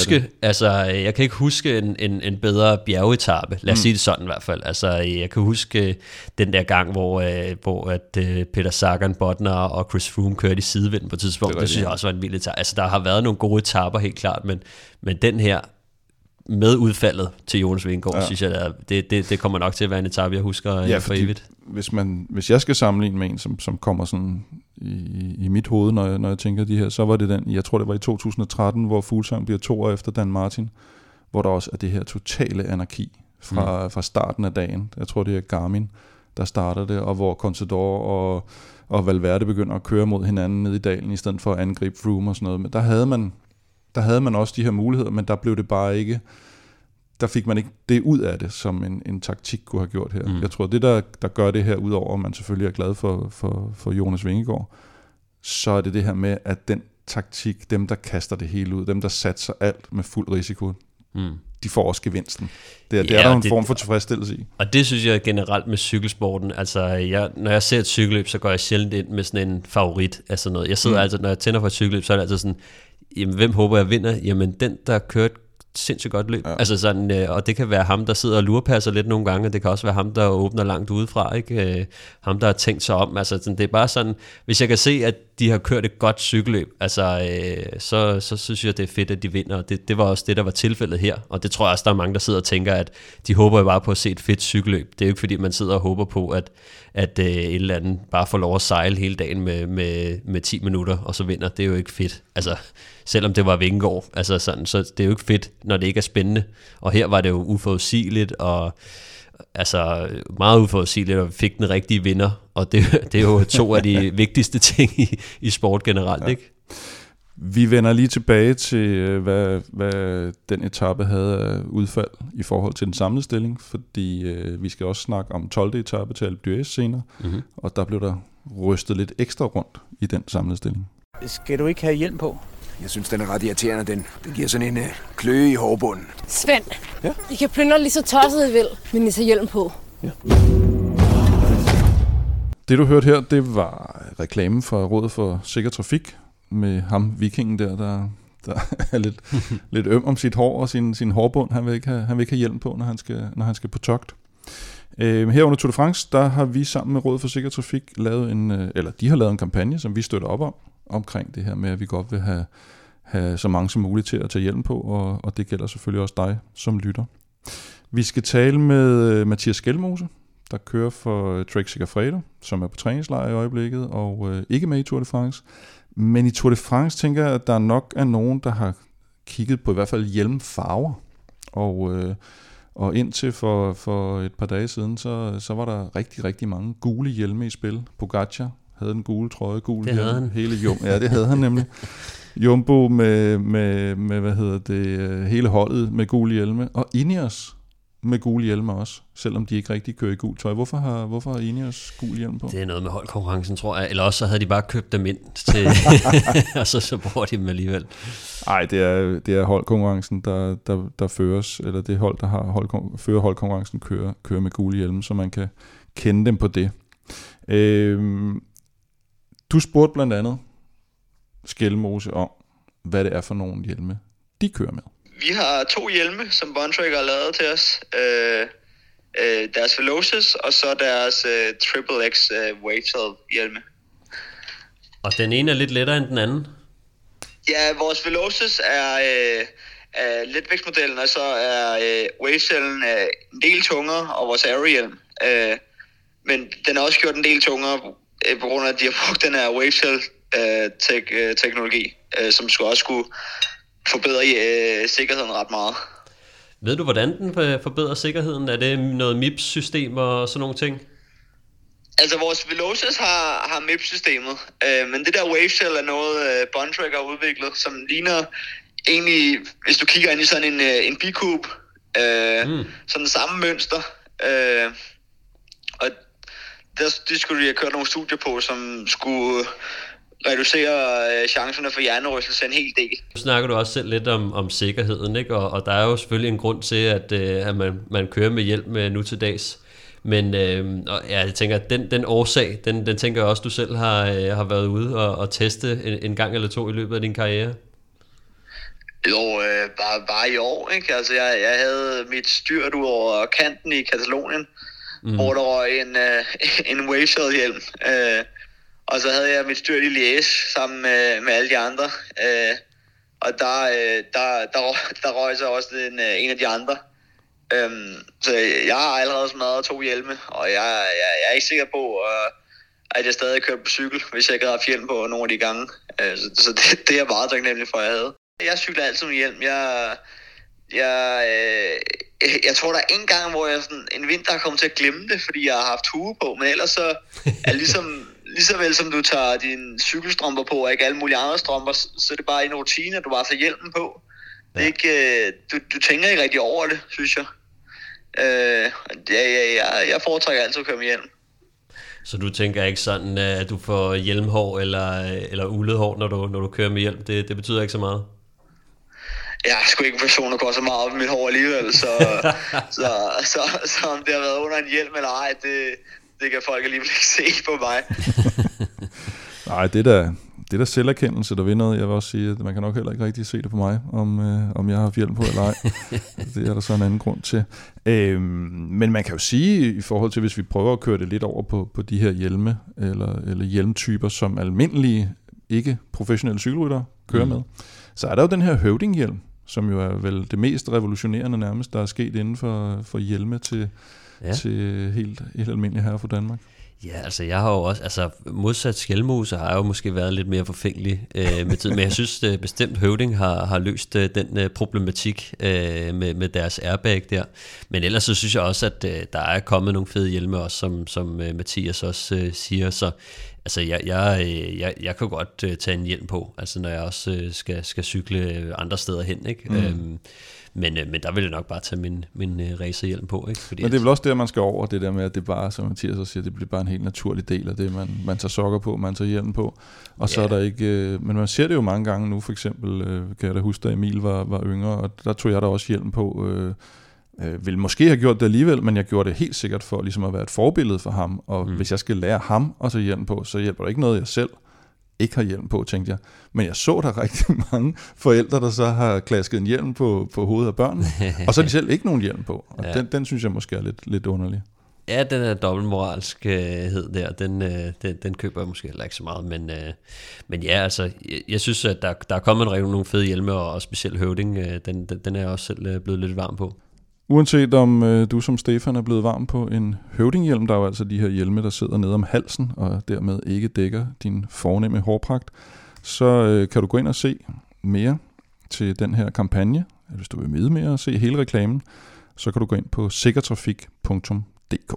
kan ikke huske en bedre bjergetappe. Lad os sige det sådan i hvert fald. Altså, jeg kan huske den der gang, hvor at Peter Sagan, Bodnar og Chris Froome kørte i sidevind på et tidspunkt. Det synes jeg også var en vild etape. Altså, der har været nogle gode etapper, helt klart, men den her med udfaldet til Jonas Vingegaard, synes jeg, det kommer nok til at være en etape, jeg husker for evigt. Hvis jeg skal sammenligne med en, som kommer sådan i mit hoved, når jeg tænker de her, så var det den, jeg tror det var i 2013, hvor Fuglsang bliver 2 år efter Dan Martin, hvor der også er det her totale anarki fra starten af dagen. Jeg tror det er Garmin, der starter det, og hvor Contador og Valverde begynder at køre mod hinanden ned i dalen, i stedet for at angribe Froome og sådan noget. Men der havde man også de her muligheder, men der blev det bare ikke, der fik man ikke det ud af det, som en taktik kunne have gjort her. Jeg tror, det der gør det her, udover at man selvfølgelig er glad for Jonas Vingegaard, så er det her med, at den taktik, dem der kaster det hele ud, dem der satser alt med fuld risiko, de får også gevinsten. Det er der en form for tilfredsstillelse i. Og det synes jeg generelt med cykelsporten, altså når jeg ser et cykelløb, så går jeg sjældent ind med sådan en favorit af sådan noget. Jeg sidder altid, når jeg tænder for et cykelløb, så er det altid sådan, jamen, hvem håber jeg vinder? Jamen den, der kørte sindssygt godt løb. Ja. Altså sådan, og det kan være ham, der sidder og lurepasser lidt nogle gange, og det kan også være ham, der åbner langt udefra, ikke? Ham, der har tænkt sig om. Altså sådan, det er bare sådan, hvis jeg kan se, at de har kørt et godt cykelløb, altså, så synes jeg, det er fedt, at de vinder. Det var også det, der var tilfældet her. Og det tror jeg også, der er mange, der sidder og tænker, at de håber jo bare på at se et fedt cykelløb. Det er jo ikke, fordi man sidder og håber på, at et eller andet bare får lov at sejle hele dagen med 10 minutter, og så vinder. Det er jo ikke fedt. Altså, selvom det var Vingegaard, altså sådan, så det er jo ikke fedt, når det ikke er spændende. Og her var det jo uforudsigeligt, og altså meget uforudsigeligt, og fik den rigtige vinder, og det er jo 2 af de vigtigste ting i sport generelt, ikke? Vi vender lige tilbage til, hvad den etape havde af udfald i forhold til den samlede stilling, fordi vi skal også snakke om 12. etape til Alpe d'Huez senere, og der blev der rystet lidt ekstra rundt i den samlede stilling. Skal du ikke have hjelm på? Jeg synes, den er ret irriterende, den giver sådan en kløe i hårbunden. Svend, ja? I kan plyndre lige så tosset I vil, men I tager hjelm på. Ja. Det du hørte her, det var reklamen fra Rådet for Sikker Trafik, med ham vikingen der er lidt øm om sit hår og sin hårbund. Han vil ikke have hjelm på, når han skal på togt. Her under Tour de France, der har vi sammen med Rådet for Sikker Trafik lavet en kampagne, som vi støtter op omkring det her med, at vi godt vil have så mange som muligt til at tage hjelm på, og det gælder selvfølgelig også dig som lytter. Vi skal tale med Mathias Skjelmose, der kører for Trek Segafredo, som er på træningslejr i øjeblikket, og ikke med i Tour de France. Men i Tour de France tænker jeg, at der nok er nogen, der har kigget på i hvert fald hjelmfarver. Og indtil for et par dage siden, så var der rigtig, rigtig mange gule hjelme i spil. Pogacar havde den gule trøje, gul hjelm, hele Jumbo. Ja, det havde han nemlig. Jumbo med hele holdet med gule hjelme. Og Ineos med gule hjelme også, selvom de ikke rigtig kører i gul tøj. Hvorfor har Ineos gul hjelm på? Det er noget med holdkonkurrencen, tror jeg. Eller også så havde de bare købt dem ind til, og så bruger de dem alligevel. Nej, det er holdkonkurrencen, der føres, eller det hold, der fører holdkonkurrencen, kører med gule hjelme, så man kan kende dem på det. Du spurgte blandt andet Skjelmose om, hvad det er for nogle hjelme, de kører med. Vi har 2 hjelme, som Bontrager har lavet til os. Deres Velocis, og så deres Triple X Wavetail hjelme. Og den ene er lidt lettere end den anden? Ja, vores Velocis er letvægtsmodellen, og så er Wavetailen en del tungere, og vores Aero-hjelm. Men den er også gjort en del tungere, på grund af, at de har brugt den her Wavetail-teknologi, som også skulle forbedre sikkerheden ret meget. Ved du, hvordan den forbedrer sikkerheden? Er det noget MIPS-system og sådan nogle ting? Altså, vores Velocis har MIPS-systemet, men det der Wavetail er noget, Bontrager har udviklet, som ligner egentlig, hvis du kigger ind i sådan en bikube, sådan samme mønster. Og det skulle de have kørt nogle studier på, som skulle reducere chancerne for hjernerystelse en hel del. Nu snakker du også selv lidt om sikkerheden, ikke? Og der er jo selvfølgelig en grund til, at man kører med hjælp med nu til dags. Men jeg tænker, at den årsag, den tænker jeg også, du selv har været ude og teste en gang eller 2 i løbet af din karriere. Jo, bare i år, ikke? Altså, jeg havde mit styrt ud over kanten i Katalonien, hvor der røg en Wavetail-hjelm. Og så havde jeg mit styrt i Liège sammen med alle de andre. Og der røg så også en af de andre. Så jeg har allerede smadret 2 hjelme, og jeg er ikke sikker på, at jeg stadig kørte på cykel, hvis jeg ikke havde haft hjelm på nogle af de gange. Så det er jeg meget taknemmelig for, at jeg havde. Jeg cykler altid med hjelm. Jeg tror, der er en gang, hvor jeg sådan en vinter kommer til at glemme det, fordi jeg har haft hue på, men ellers så er lige så vel som du tager dine cykelstrømper på, og ikke alle mulige andre strømper, så er det bare en rutine, at du bare tager hjelmen på. Det er ikke, du tænker ikke rigtig over det, synes jeg. Jeg foretrækker altid at køre med hjelm. Så du tænker ikke sådan, at du får hjelmhår eller ulet hår, når du kører med hjelm? Det betyder ikke så meget? Jeg er sgu ikke en person, der går så meget op i mit hår alligevel, så om det har været under en hjelm eller ej, det kan folk alligevel ikke se på mig. Nej, det er da selverkendelse, der vil noget. Jeg vil også sige, at man kan nok heller ikke rigtig se det på mig, om jeg har haft hjelm på eller ej. Det er der så en anden grund til. Men man kan jo sige, i forhold til, hvis vi prøver at køre det lidt over på de her hjelme, eller hjelmtyper, som almindelige ikke professionelle cykelryttere kører med. Så er der jo den her høvdinghjelm, som jo er vel det mest revolutionerende nærmest, der er sket inden for hjelme til helt almindelige herrer fra Danmark. Ja, altså jeg har jo også, altså modsat Skjelmose har jeg jo måske været lidt mere forfængelig med tid, men jeg synes bestemt Høvding har løst den problematik med deres airbag der. Men ellers så synes jeg også, at der er kommet nogle fede hjelme også, som Mathias også siger, så altså jeg kan godt tage en hjelm på, altså når jeg også skal cykle andre steder hen, ikke? Men der vil jeg nok bare tage min racerhjelm på, ikke? Fordi men det er vel også der, man skal over, det der med, at det bare, som Mathias også siger, det bliver bare en helt naturlig del af det, man tager sokker på, man tager hjelm på, og så er der ikke, men man ser det jo mange gange nu, for eksempel, kan jeg da huske, da Emil var yngre, og der tog jeg da også hjelm på, ville måske have gjort det alligevel, men jeg gjorde det helt sikkert for ligesom at være et forbillede for ham, og hvis jeg skal lære ham at tage hjelm på, så hjælper det ikke noget, jeg selv ikke har hjelm på, tænkte jeg. Men jeg så der rigtig mange forældre, der så har klasket en hjelm på hovedet af børnene, og så har de selv ikke nogen hjelm på. Og den synes jeg måske er lidt underlig. Ja, den er dobbeltmoralskhed der, den køber jeg måske heller ikke så meget, men ja, altså, jeg synes, at der er kommet nogle fede hjelme, og specielt Høvding, den er jeg også selv blevet lidt varm på. Uanset om du som Stefan er blevet varm på en høvdinghjelm, der er jo altså de her hjelme, der sidder nede om halsen, og dermed ikke dækker din fornemme hårpragt, så kan du gå ind og se mere til den her kampagne. Hvis du vil vide mere og se hele reklamen, så kan du gå ind på sikkertrafik.dk.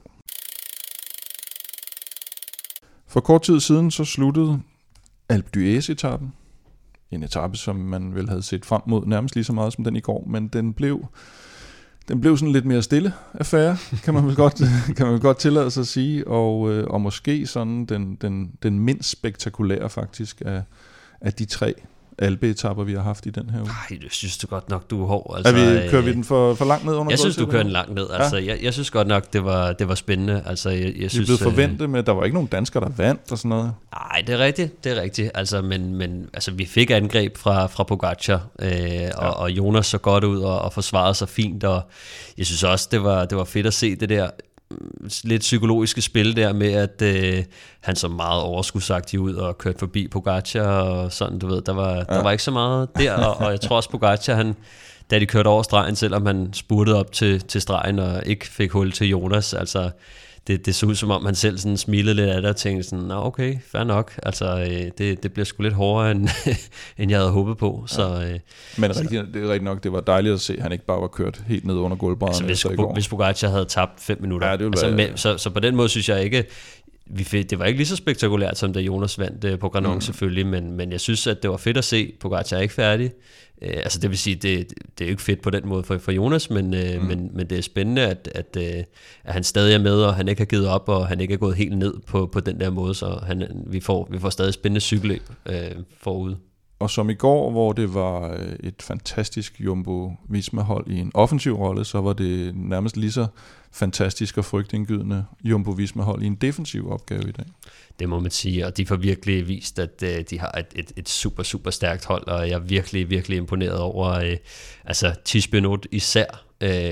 For kort tid siden så sluttede Alpe d'Huez-etappen. En etape, som man vel havde set frem mod nærmest lige så meget som den i går, men den blev sådan lidt mere stille affære, kan man vel godt tillade sig at sige, og måske sådan den mindst spektakulære faktisk af de 3 Alpe-etapper, vi har haft i den her uge. Nej, det synes du godt nok, du er hård. Altså, kører vi den for langt ned under? Jeg synes, du kører den langt ned. Altså, jeg synes godt nok, det var spændende. Altså, jeg synes, vi blev forventet med, der var ikke nogen danskere, der vandt og sådan noget. Nej, det er rigtigt. Altså, men altså, vi fik angreb fra Pogacar, og Jonas så godt ud og forsvarede sig fint, og jeg synes også, det var fedt at se det der lidt psykologiske spil der med, at han så meget overskudsagtig ud og kørte forbi Pogacar og sådan, du ved, der var ikke så meget der, og jeg tror også Pogacar, da de kørte over stregen, selvom han spurtede op til stregen og ikke fik hul til Jonas, altså det så ud som om han selv sådan smilede lidt af det og tænkte sådan, okay, fair nok, altså det bliver sgu lidt hårdere end jeg havde håbet på. Så, men det er rigtigt nok, det var dejligt at se, at han ikke bare var kørt helt ned under gulvbrædderne. Altså hvis Pogacar havde tabt 5 minutter, ja, det altså, så på den måde synes jeg ikke, det var ikke lige så spektakulært som da Jonas vandt på Granon selvfølgelig, men jeg synes, at det var fedt at se. Pogacar er ikke færdig. Altså det vil sige, det er jo ikke fedt på den måde for Jonas, men det er spændende, at han stadig er med, og han ikke har givet op, og han ikke er gået helt ned på den der måde, så vi får stadig spændende cykelløb forud. Og som i går, hvor det var et fantastisk Jumbo-Visma-hold i en offensiv rolle, så var det nærmest lige så fantastisk og frygtindgydende Jumbo-Visma-hold i en defensiv opgave i dag. Det må man sige, og de får virkelig vist, at de har et super, super stærkt hold, og jeg er virkelig, virkelig imponeret over Tish Benoot især,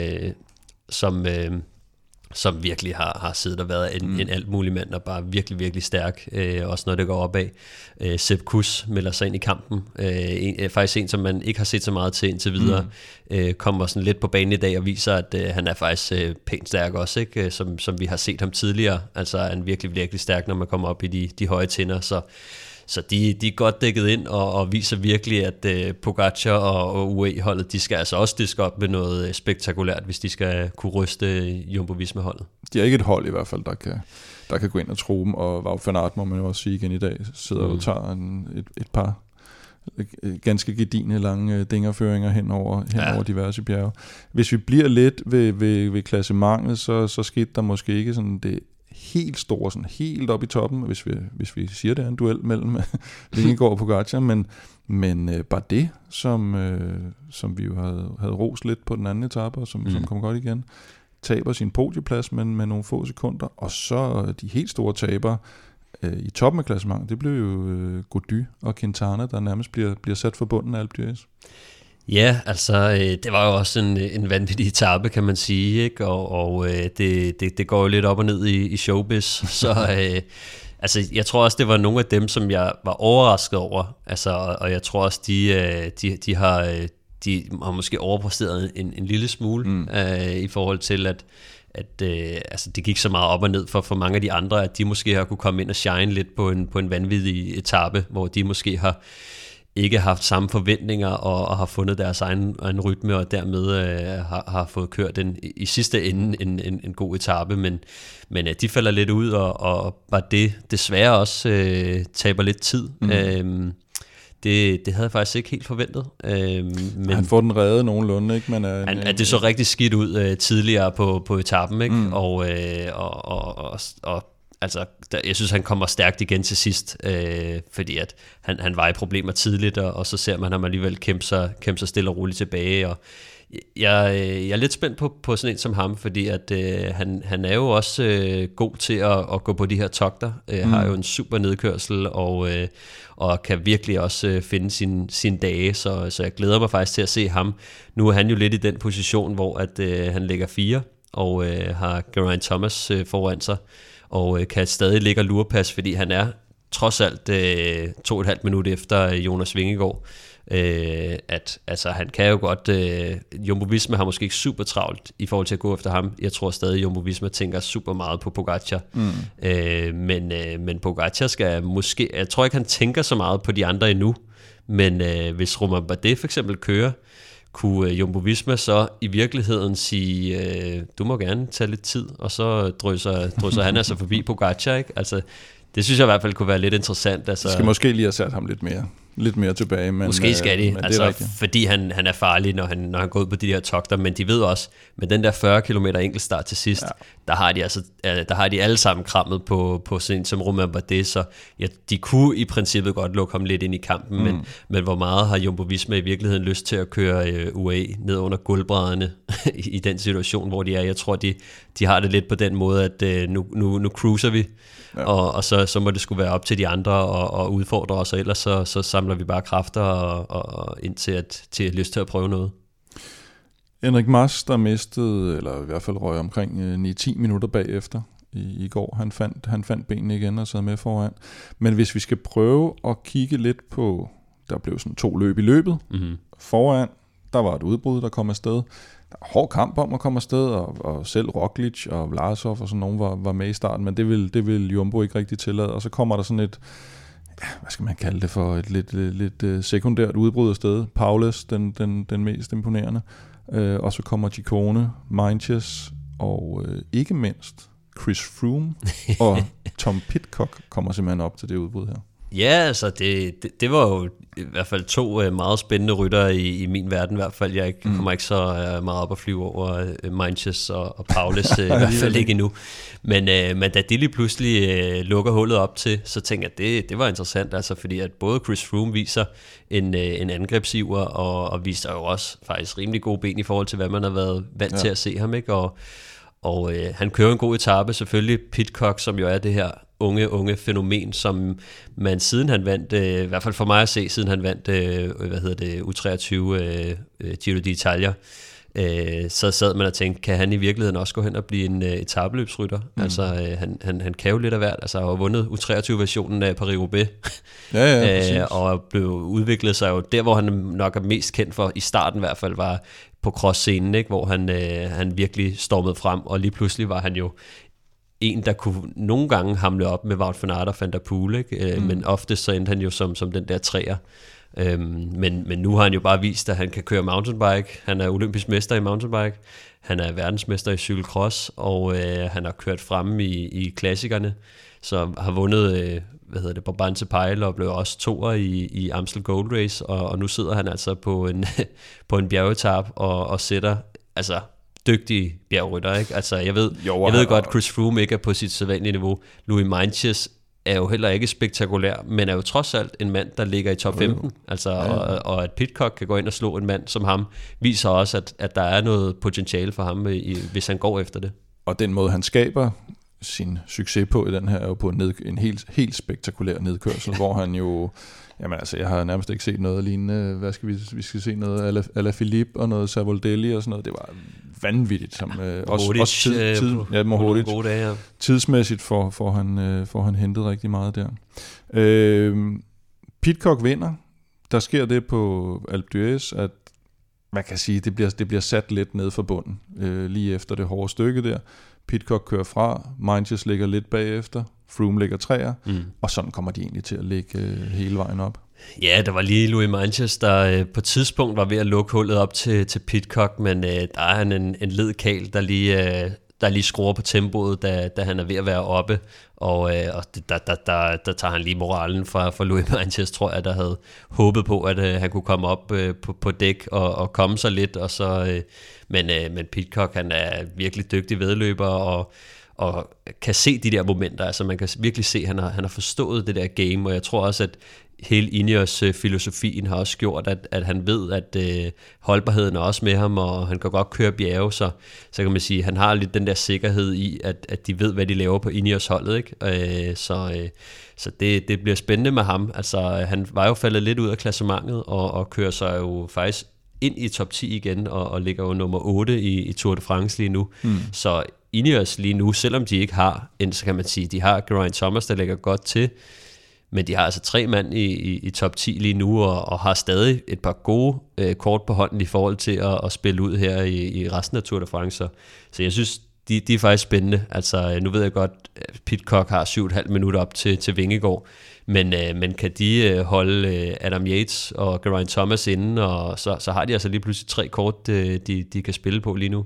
som virkelig har siddet og været en alt mulig mand, og bare virkelig, virkelig stærk, også når det går opad. Sepp Kuss melder sig ind i kampen, faktisk en, som man ikke har set så meget til indtil videre, kommer sådan lidt på banen i dag og viser, at han er faktisk pænt stærk også, ikke? Som vi har set ham tidligere, altså er han virkelig, virkelig stærk, når man kommer op i de høje tinder, så de er godt dækket ind og viser virkelig, at Pogacar og UAE-holdet, de skal altså også diske op med noget spektakulært, hvis de skal kunne ryste Jumbo-Visma-holdet. De er ikke et hold i hvert fald, der kan gå ind og true dem, og Wout van Aert, må man jo også sige igen i dag, sidder og tager et par ganske gedigne lange dingerføringer hen over diverse bjerge. Hvis vi bliver lidt ved klassementet, så skete der måske ikke sådan det helt store, sådan helt op i toppen, hvis vi siger, det er en duel mellem Vingegaard og Pogacar, men bare det, som vi jo havde rost lidt på den anden etape, og som kom godt igen, taber sin podieplads med nogle få sekunder, og så de helt store tabere i toppen af klassementet, det blev jo Gody og Quintana, der nærmest bliver sat for bunden af Alpe d'Huez. Ja, altså det var jo også en vanvittig etape, kan man sige, ikke? Og det går jo lidt op og ned i showbiz, så Altså, jeg tror også, det var nogle af dem, som jeg var overrasket over. Altså, og jeg tror også, de har måske overpræsteret en lille smule i forhold til, at altså, det gik så meget op og ned for mange af de andre, at de måske har kunne komme ind og shine lidt på en vanvittig etape, hvor de måske har ikke haft samme forventninger og har fundet deres egen rytme, og dermed har fået kørt i sidste ende en god etape, men de falder lidt ud, og bare det desværre også taber lidt tid. Det havde jeg faktisk ikke helt forventet. Men han får den reddet nogenlunde, ikke? Men, at det så rigtig skidt ud tidligere på etappen, ikke? Og altså, jeg synes, han kommer stærkt igen til sidst, fordi at han var i problemer tidligt, og så ser man ham alligevel kæmpe sig stille og roligt tilbage, og jeg er lidt spændt på sådan en som ham, fordi at han er jo også god til at gå på de her togter, har jo en super nedkørsel, og kan virkelig også finde sine dage, så jeg glæder mig faktisk til at se ham. Nu er han jo lidt i den position, hvor at han ligger 4, og har Geraint Thomas foran sig, og kan stadig ligge og lurepas, fordi han er trods alt 2,5 minutter efter Jonas Vingegaard. At altså, han kan jo godt Jumbo Visma har måske ikke super travlt i forhold til at gå efter ham. Jeg tror stadig Jumbo Visma tænker super meget på Pogačar, men Pogačar skal måske, jeg tror ikke han tænker så meget på de andre endnu, men hvis Romain Bardet for eksempel kører, kunne Jumbo Visma så i virkeligheden sige, du må gerne tage lidt tid, og så drysser han altså forbi Pogačar, ikke? Altså, det synes jeg i hvert fald kunne være lidt interessant. Altså, skal måske lige have sat ham lidt mere tilbage. Men, måske skal de, altså, fordi han er farlig, når han går ud på de der togter, men de ved også, med den der 40 km enkeltstart til sidst, der har de alle sammen krammet på sådan som Romain Bardet, så ja, de kunne i princippet godt lukke ham lidt ind i kampen, men hvor meget har Jumbo Visma i virkeligheden lyst til at køre UAE ned under gulvbrædderne i den situation, hvor de er? Jeg tror, de har det lidt på den måde, at nu cruiser vi, og så må det skulle være op til de andre og udfordre os, og ellers så samler vi bare kræfter og ind til at lyst til at prøve noget. Enric Mas, der mistede, eller i hvert fald røg omkring 9-10 minutter bagefter i går. Han fandt benene igen og sad med foran. Men hvis vi skal prøve at kigge lidt på, der blev sådan 2 løb i løbet. Foran, der var et udbrud, der kom afsted. Der var hård kamp om at komme afsted, og selv Roglic og Vlasov og sådan nogen var med i starten, men det vil Jumbo ikke rigtig tillade. Og så kommer der sådan et, hvad skal man kalde det for, et lidt sekundært udbrud afsted. Paulus, den mest imponerende. Og så kommer Ciccone, Meintjes og ikke mindst Chris Froome og Tom Pidcock kommer simpelthen op til det udbrud her. Ja, altså det var jo i hvert fald 2 meget spændende ryttere i min verden i hvert fald. Jeg kommer ikke så meget op at flyve over Meintjes og Paulus, i hvert fald ikke endnu. Men da de lige pludselig lukker hullet op til, så tænker jeg, at det var interessant, altså, fordi at både Chris Froome viser en angrebsiver, og viser jo også faktisk rimelig gode ben i forhold til, hvad man har været vant til at se ham, ikke? Og han kører en god etape, selvfølgelig. Pidcock, som jo er det her unge fænomen, som man siden han vandt, i hvert fald for mig at se, siden han vandt, U23 Giro d'Italia, så sad man og tænkte, kan han i virkeligheden også gå hen og blive en etapeløbsrytter? Altså, han kan jo lidt af hvert. Altså, har vundet U23-versionen af Paris-Roubaix, og blev udviklet sig jo der, hvor han nok er mest kendt for, i starten i hvert fald, var på cross-scenen, ikke? Hvor han virkelig stormede frem, og lige pludselig var han jo en, der kunne nogle gange hamle op med Wout van Aert og Van der Poel, ikke? Men ofte så endte han jo som den der træer. Men nu har han jo bare vist, at han kan køre mountainbike. Han er olympisk mester i mountainbike. Han er verdensmester i cykelcross, og han har kørt fremme i klassikerne. Så har vundet Brabantse Pijl og blev også toer i Amstel Gold Race, og nu sidder han altså på en bjergetap og sætter altså dygtige bjergrytter, ikke? Altså jeg ved godt, Chris Froome ikke er på sit sædvanlige niveau. Louis Meintjes er jo heller ikke spektakulær, men er jo trods alt en mand, der ligger i top 15. Altså, og at Pidcock kan gå ind og slå en mand som ham, viser også, at der er noget potentiale for ham, hvis han går efter det. Og den måde, han skaber sin succes på i den her, er jo på en helt spektakulær nedkørsel, hvor han jo, jamen altså, jeg har nærmest ikke set noget lignende, hvad skal vi skal se noget, Alaphilippe og noget Savoldelli og sådan noget, det var vanvittigt, som også tidsmæssigt får han hentet rigtig meget der. Pidcock vinder. Der sker det på Alpe d'Huez, at man kan sige, det bliver sat lidt ned for bunden, lige efter det hårde stykke der. Pidcock kører fra, Meintjes ligger lidt bagefter, Froome ligger 3'er, og sådan kommer de egentlig til at ligge hele vejen op. Ja, der var lige Louis Meintjes, der på et tidspunkt var ved at lukke hullet op til Pidcock, men der er han en led kæl, der lige skruer på tempoet, da han er ved at være oppe, og der tager han lige moralen fra Louis Meintjes, tror jeg, der havde håbet på, at han kunne komme op på dæk og komme sig lidt, og så, men Pidcock, han er virkelig dygtig vedløber, og kan se de der momenter, altså man kan virkelig se, at han har forstået det der game, og jeg tror også, at hele Ineos-filosofien har også gjort, at han ved, at holdbarheden er også med ham, og han kan godt køre bjerge, så kan man sige, at han har lidt den der sikkerhed i, at de ved, hvad de laver på Ineos-holdet, ikke? Så det bliver spændende med ham. Altså, han var jo faldet lidt ud af klassementet, og kører sig jo faktisk ind i top 10 igen, og ligger jo nummer 8 i Tour de France lige nu. Så Ineos lige nu, selvom de ikke har, så kan man sige, de har Geraint Thomas, der lægger godt til, men de har altså 3 mand i top 10 lige nu, og har stadig et par gode kort på hånden i forhold til at spille ud her i resten af Tour de France. Så jeg synes, de er faktisk spændende. Altså, nu ved jeg godt, at Pidcock har 7,5 minutter op til Vingegaard, men kan de holde Adam Yates og Geraint Thomas inde, og så har de altså lige pludselig 3 kort, de kan spille på lige nu.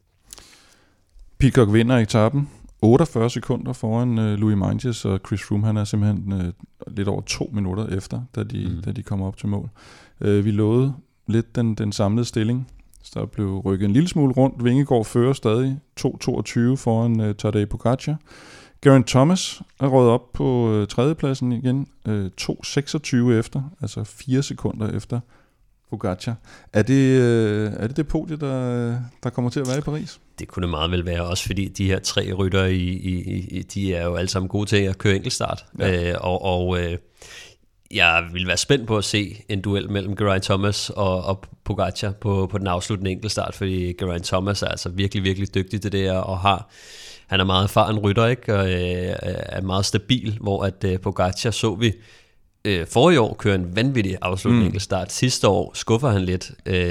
Pidcock vinder etappen. 48 sekunder foran Louis Meintjes, og Chris Froome, han er simpelthen lidt over 2 minutter efter, da de kommer op til mål. Vi lovede lidt den samlede stilling, så der blev rykket en lille smule rundt. Vingegaard fører stadig 2.22 foran Tadej Pogačar. Geraint Thomas er røget op på tredjepladsen igen, 2.26 efter, altså 4 sekunder efter Pogačar. Er det podie, der kommer til at være i Paris? Det kunne det meget vel være, også fordi de her 3 ryttere, de er jo alle sammen gode til at køre enkeltstart. Ja. Jeg vil være spændt på at se en duel mellem Geraint Thomas og Pogačar på den afsluttende enkeltstart, fordi Geraint Thomas er altså virkelig, virkelig dygtig til det, og han er meget erfaren rytter, ikke? Og er meget stabil, hvor at Pogačar så vi forrige år kører en vanvittig afslutning enkeltstart. Sidste år skuffer han lidt,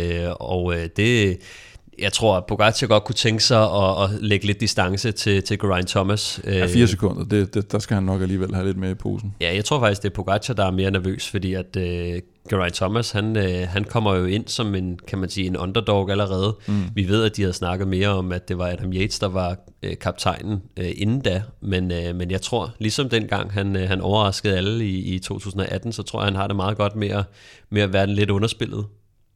jeg tror, at Pogačar godt kunne tænke sig at lægge lidt distance til Geraint Thomas. 4 sekunder, der skal han nok alligevel have lidt med i posen. Ja, jeg tror faktisk, det er Pogačar, der er mere nervøs, fordi at Geraint Thomas, han kommer jo ind som en underdog allerede. Vi ved, at de havde snakket mere om, at det var Adam Yates, der var kaptajnen inden da, men jeg tror, ligesom dengang han overraskede alle i 2018, så tror jeg, han har det meget godt med at være lidt underspillet.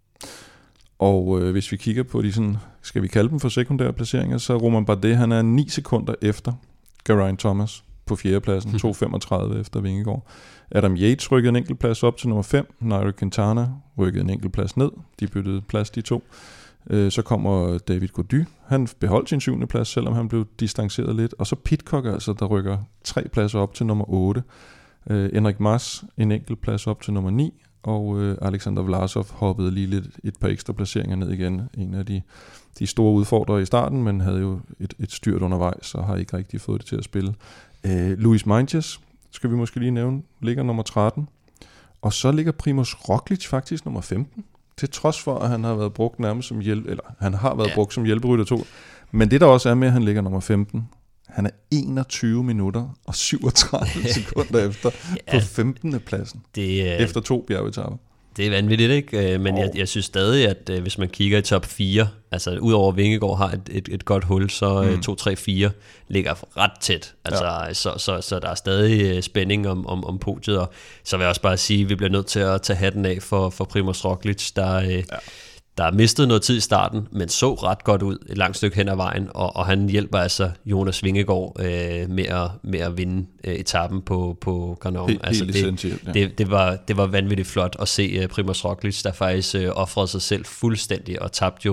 Og hvis vi kigger på de sådan, skal vi kalde dem for sekundære placeringer, så Romain Bardet, han er 9 sekunder efter Geraint Thomas på 4. pladsen, 2.35 efter Vingegaard. Adam Yates rykkede en enkelt plads op til nummer 5, Nairo Quintana rykkede en enkelt plads ned, de byttede plads de to. Så kommer David Gaudu, han beholdt sin 7. plads, selvom han blev distanceret lidt, og så Pidcock altså, der rykker 3 pladser op til nummer 8. Enric Mas en enkelt plads op til nummer 9, og Alexander Vlasov hoppede lige lidt et par ekstra placeringer ned igen. En af de store udfordrere i starten, men havde jo et styrt undervejs, og har ikke rigtig fået det til at spille. Louis Meintjes, skal vi måske lige nævne, ligger nummer 13. Og så ligger Primož Roglič faktisk nummer 15. Til trods for, at han har været brugt nærmest som brugt som hjælperytter 2. Men det der også er med, at han ligger nummer 15, han er 21 minutter og 37 sekunder efter på 15. pladsen. Efter 2 bjergetapper. Det er vanvittigt, ikke? Men jeg synes stadig, at hvis man kigger i top 4, altså udover Vingegaard har et godt hul, så 2, 3, 4 ligger ret tæt. Altså, så der er stadig spænding om podiet. Og så vil jeg også bare sige, at vi bliver nødt til at tage hatten af for Primož Roglič, der mistede noget tid i starten, men så ret godt ud et langt stykke hen ad vejen, og han hjælper altså Jonas Vingegaard med at vinde etappen på Granon. Altså det var vanvittigt flot at se Primož Roglič, der faktisk offrede sig selv fuldstændig og tabte jo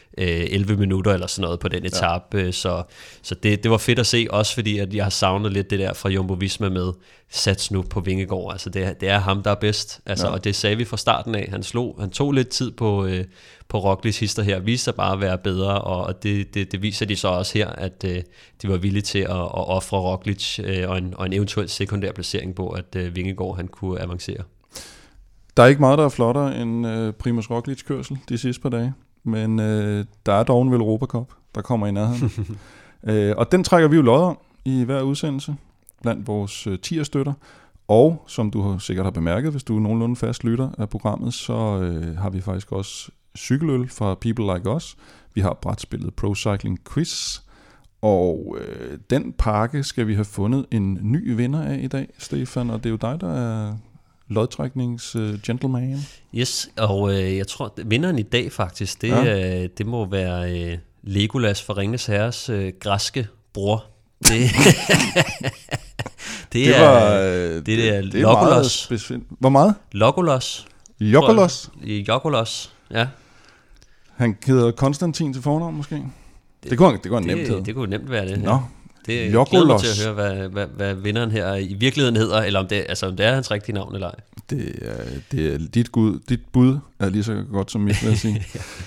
11 minutter eller sådan noget på den etape, så det var fedt at se, også fordi at jeg har savnet lidt det der fra Jumbo Visma med sats nu på Vingegaard, altså det er ham, der er bedst, altså, og det sagde vi fra starten af, han tog lidt tid på Roglic's hister her, viste sig bare at være bedre, og det viser de så også her, at de var villige til at ofre Roglic og en eventuel sekundær placering på, at Vingegaard han kunne avancere. Der er ikke meget, der er flottere end Primož Roglic-kørsel de sidste par dage, men der er dog en Velropa Cup, der kommer i nærheden. Og den trækker vi jo lod om i hver udsendelse blandt vores tierstøtter. Og som du sikkert har bemærket, hvis du er nogenlunde fast lytter af programmet, så har vi faktisk også cykeløl fra People Like Us. Vi har brætspillet Pro Cycling Quiz. Og den pakke skal vi have fundet en ny vinder af i dag, Stefan. Og det er jo dig, der er lodtræknings-gentleman. Yes, og jeg tror, vinderen i dag faktisk, det må være Legolas fra Ringenes Herres græske bror. Det er Legolas. Hvor meget? Legolas. Legolas, ja. Han hedder Konstantin til fornavn måske? Det kunne nemt hedde. Det kunne nemt være det. Nå. Ja. Det glæder mig til at høre, hvad vinderen her i virkeligheden hedder, eller om det er hans rigtige navn eller ej. Det er dit bud er lige så godt som mit, vil jeg sige.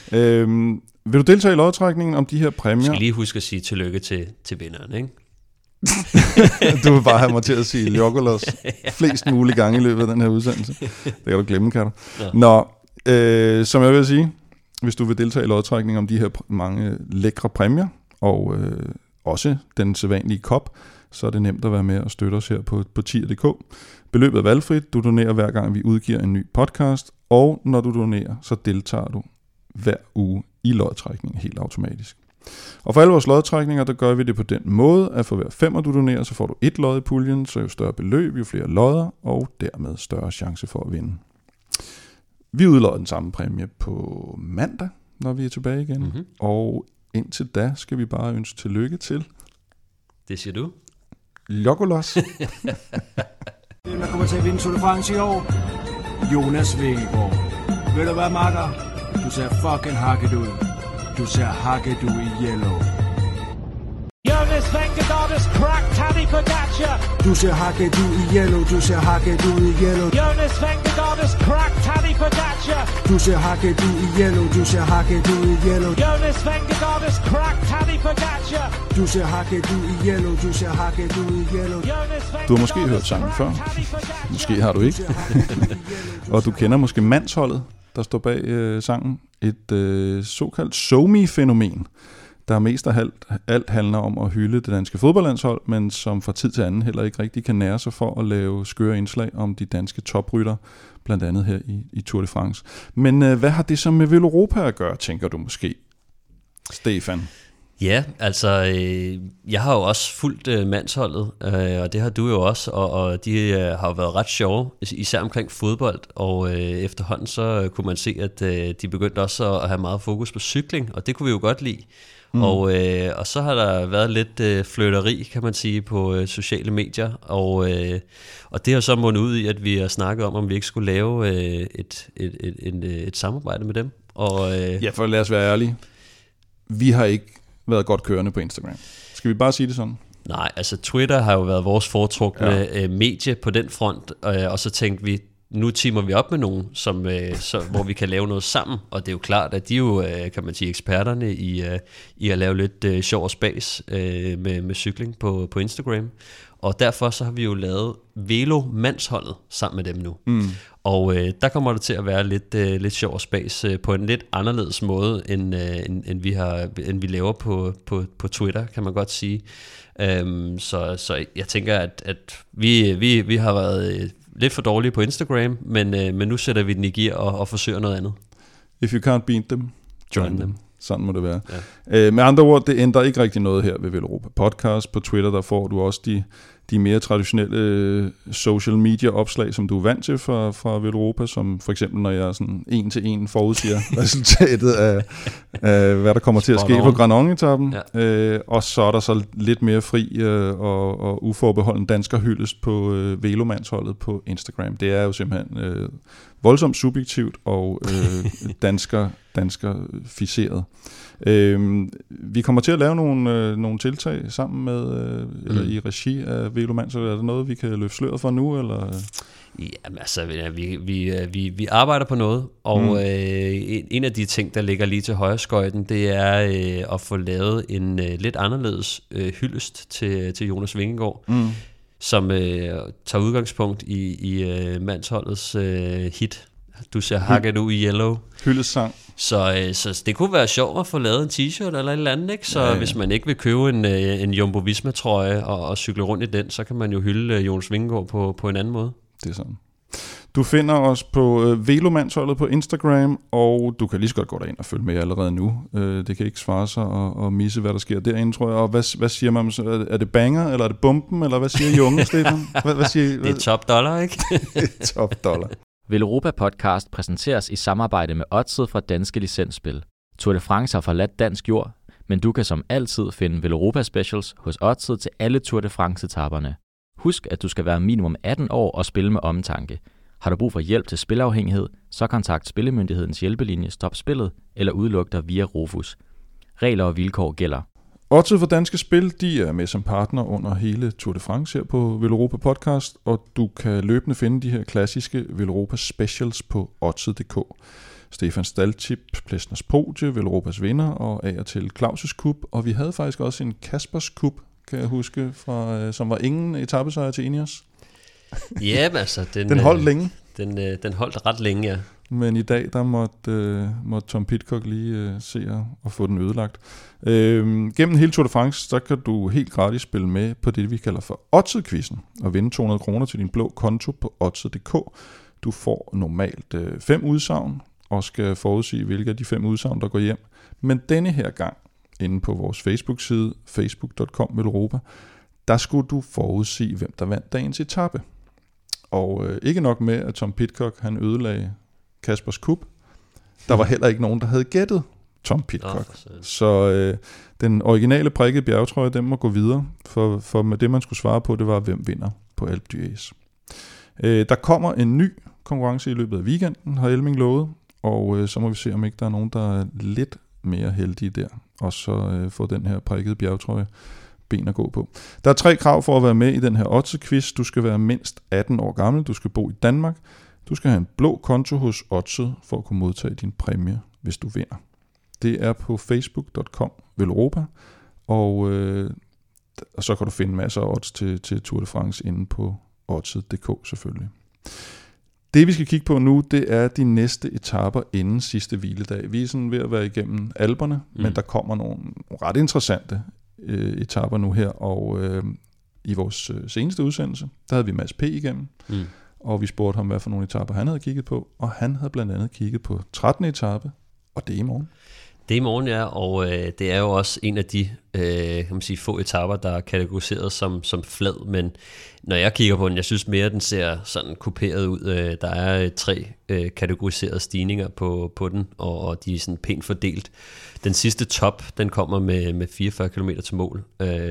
Vil du deltage i lodtrækningen om de her præmier? Jeg skal lige huske at sige tillykke til vinderen, ikke? Du vil bare have mig til at sige Legolas flest mulige gange i løbet af den her udsendelse. Det kan du glemme, kan du. Nå, som jeg vil sige, hvis du vil deltage i lodtrækningen om de her mange lækre præmier, og også den sædvanlige kop, så er det nemt at være med og støtte os her på tier.dk. Beløbet er valgfrit, du donerer hver gang vi udgiver en ny podcast, og når du donerer, så deltager du hver uge i lodtrækningen helt automatisk. Og for alle vores lodtrækninger, der gør vi det på den måde, at for hver 5 du donerer, så får du 1 lod i puljen, så jo større beløb, jo flere lodder, og dermed større chance for at vinde. Vi udlodder den samme præmie på mandag, når vi er tilbage igen, og indtil da skal vi bare ønske tillykke til... Det siger du? Legolas. Hvem der kommer til at vinde Tour de France i år? Jonas Vingegaard. Ved du hvad, makker? Du ser fucking hakket ud. Du ser hakket ud i yellow. Jonas Vingegaard has cracked Tadej Pogačar. Du ser hakket ud i yellow. Du ser hakket ud i yellow. Jonas Vingegaard has cracked Tadej Pogačar. Du ser hakket ud i yellow. Du ser hakket ud i yellow. Jonas Vingegaard has cracked Tadej Pogačar. Du ser hakket ud i yellow. Du ser hakket ud i yellow. Du har måske hørt sangen før. Måske har du ikke. Og du kender måske mandsholdet, der står bag sangen. Et såkaldt SoMe-fænomen, der mest af alt handler om at hylde det danske fodboldlandshold, men som fra tid til anden heller ikke rigtig kan nære sig for at lave skøre indslag om de danske toprytter, blandt andet her i Tour de France. Men hvad har det så med Velropa at gøre, tænker du måske, Stefan? Ja, altså, jeg har jo også fulgt mandsholdet, og det har du jo også, og de har jo været ret sjove, især omkring fodbold, og efterhånden så kunne man se, at de begyndte også at have meget fokus på cykling, og det kunne vi jo godt lide. Og så har der været lidt flirteri, kan man sige, på sociale medier, og det har så mundet ud i, at vi har snakket om vi ikke skulle lave et samarbejde med dem. Ja, for lad os være ærlige. Vi har ikke været godt kørende på Instagram. Skal vi bare sige det sådan? Nej, altså Twitter har jo været vores foretrukne medie på den front, og så tænkte vi, nu teamer vi op med nogen, hvor vi kan lave noget sammen, og det er jo klart, at de er jo, kan man sige, eksperterne i at lave lidt sjov og spas med cykling på Instagram. Og derfor så har vi jo lavet Velo-mandsholdet sammen med dem nu. Og der kommer det til at være lidt sjov og spas på en lidt anderledes måde, end vi laver på Twitter, kan man godt sige. Så jeg tænker, at vi har været lidt for dårlige på Instagram, men nu sætter vi den i gear og forsøger noget andet. If you can't beat them, join them. Sådan må det være. Ja. Med andre ord, det ændrer ikke rigtig noget her ved Velropa Podcast. På Twitter, der får du også de mere traditionelle social media opslag, som du er vant til fra Velropa, som for eksempel, når jeg sådan en til en forudsiger resultatet af hvad der kommer til at ske på Granon-etappen. Ja. Og så er der så lidt mere fri og uforbeholden danskerhyldest på Velomandsholdet på Instagram. Det er jo simpelthen voldsomt subjektivt og danskerficeret. Vi kommer til at lave nogle tiltag sammen med, eller i regi af Velo Mansholt. Er der noget, vi kan løfte sløret for nu, eller... Jamen, altså, vi arbejder på noget, og en af de ting, der ligger lige til højre skøjten, det er at få lavet en lidt anderledes hyldest til Jonas Vingegaard, som tager udgangspunkt i Mansholdets hit. Du ser hakket ud i yellow. Hyldesang. Så det kunne være sjovt at få lavet en t-shirt eller et eller andet, ikke? Så hvis man ikke vil købe en Jumbo Visma-trøje og cykle rundt i den, så kan man jo hylde Jonas Vingegaard på en anden måde. Det er sådan. Du finder os på Velo Mansholdet på Instagram, og du kan lige så godt gå derind og følge med allerede nu. Det kan ikke svare sig at misse, hvad der sker derinde, tror jeg. Og hvad siger man? Er det banger, eller er det bomben, eller hvad siger Junge, Stefan? Hvad siger, det er top dollar, ikke? Top dollar. Veloropa Podcast præsenteres i samarbejde med Odset fra Danske Licensspil. Tour de France har forladt dansk jord, men du kan som altid finde Veloropa Specials hos Odset til alle Tour de France-etaperne. Husk, at du skal være minimum 18 år og spille med omtanke. Har du brug for hjælp til spilafhængighed, så kontakt Spillemyndighedens hjælpelinje Stop Spillet eller udluk dig via Rofus. Regler og vilkår gælder. Odset for Danske Spil, de er med som partner under hele Tour de France her på Veloropa Podcast, og du kan løbende finde de her klassiske Veloropa Specials på odset.dk. Stefan Staltip, Plesners Podie, Veloropas vinder og af og til Claus' Cup, og vi havde faktisk også en Kaspers Cup, kan jeg huske, som var ingen etapesejr til Ineos. Ja, altså den holdt længe. Den holdt ret længe, ja. Men i dag, der måtte Tom Pidcock lige se og få den ødelagt. Gennem hele Tour de France, der kan du helt gratis spille med på det, vi kalder for Odset-quizzen, og vinde 200 kroner til din blå konto på odset.dk. Du får normalt 5 udsagn, og skal forudsige, hvilke af de 5 udsagn, der går hjem. Men denne her gang, inde på vores Facebook-side, facebook.com/Veloropa, der skulle du forudsige, hvem der vandt dagens etape. Og ikke nok med, at Tom Pidcock han ødelagde Kaspers Cup. Der var heller ikke nogen, der havde gættet Tom Pidcock. Så den originale prikkede bjergtrøje, den må gå videre. For med det, man skulle svare på, det var, hvem vinder på Alpe d'Huez. Der kommer en ny konkurrence i løbet af weekenden, har Elming lovet. Og så må vi se, om ikke der er nogen, der er lidt mere heldige der. Og så få den her prikkede bjergtrøje ben at gå på. Der er 3 krav for at være med i den her Odset-quiz. Du skal være mindst 18 år gammel. Du skal bo i Danmark. Du skal have en blå konto hos Odset for at kunne modtage din præmie, hvis du vinder. Det er på facebook.com/Veloropa, og så kan du finde masser af odds til Tour de France inde på odset.dk selvfølgelig. Det vi skal kigge på nu, det er de næste etaper inden sidste hviledag. Vi er sådan ved at være igennem Alperne, men der kommer nogle ret interessante etaper nu her, og i vores seneste udsendelse, der havde vi Mads P. igennem, og vi spurgte ham, hvad for nogle etaper han havde kigget på, og han havde blandt andet kigget på 13. etape, og det er i morgen. Det er i morgen, ja, og det er jo også en af de kan man sige, få etaper, der er kategoriseret som flad, men når jeg kigger på den, jeg synes mere, at den ser sådan kuperet ud. Der er 3 kategoriserede stigninger på den, og de er sådan pænt fordelt. Den sidste top, den kommer med 44 km til mål,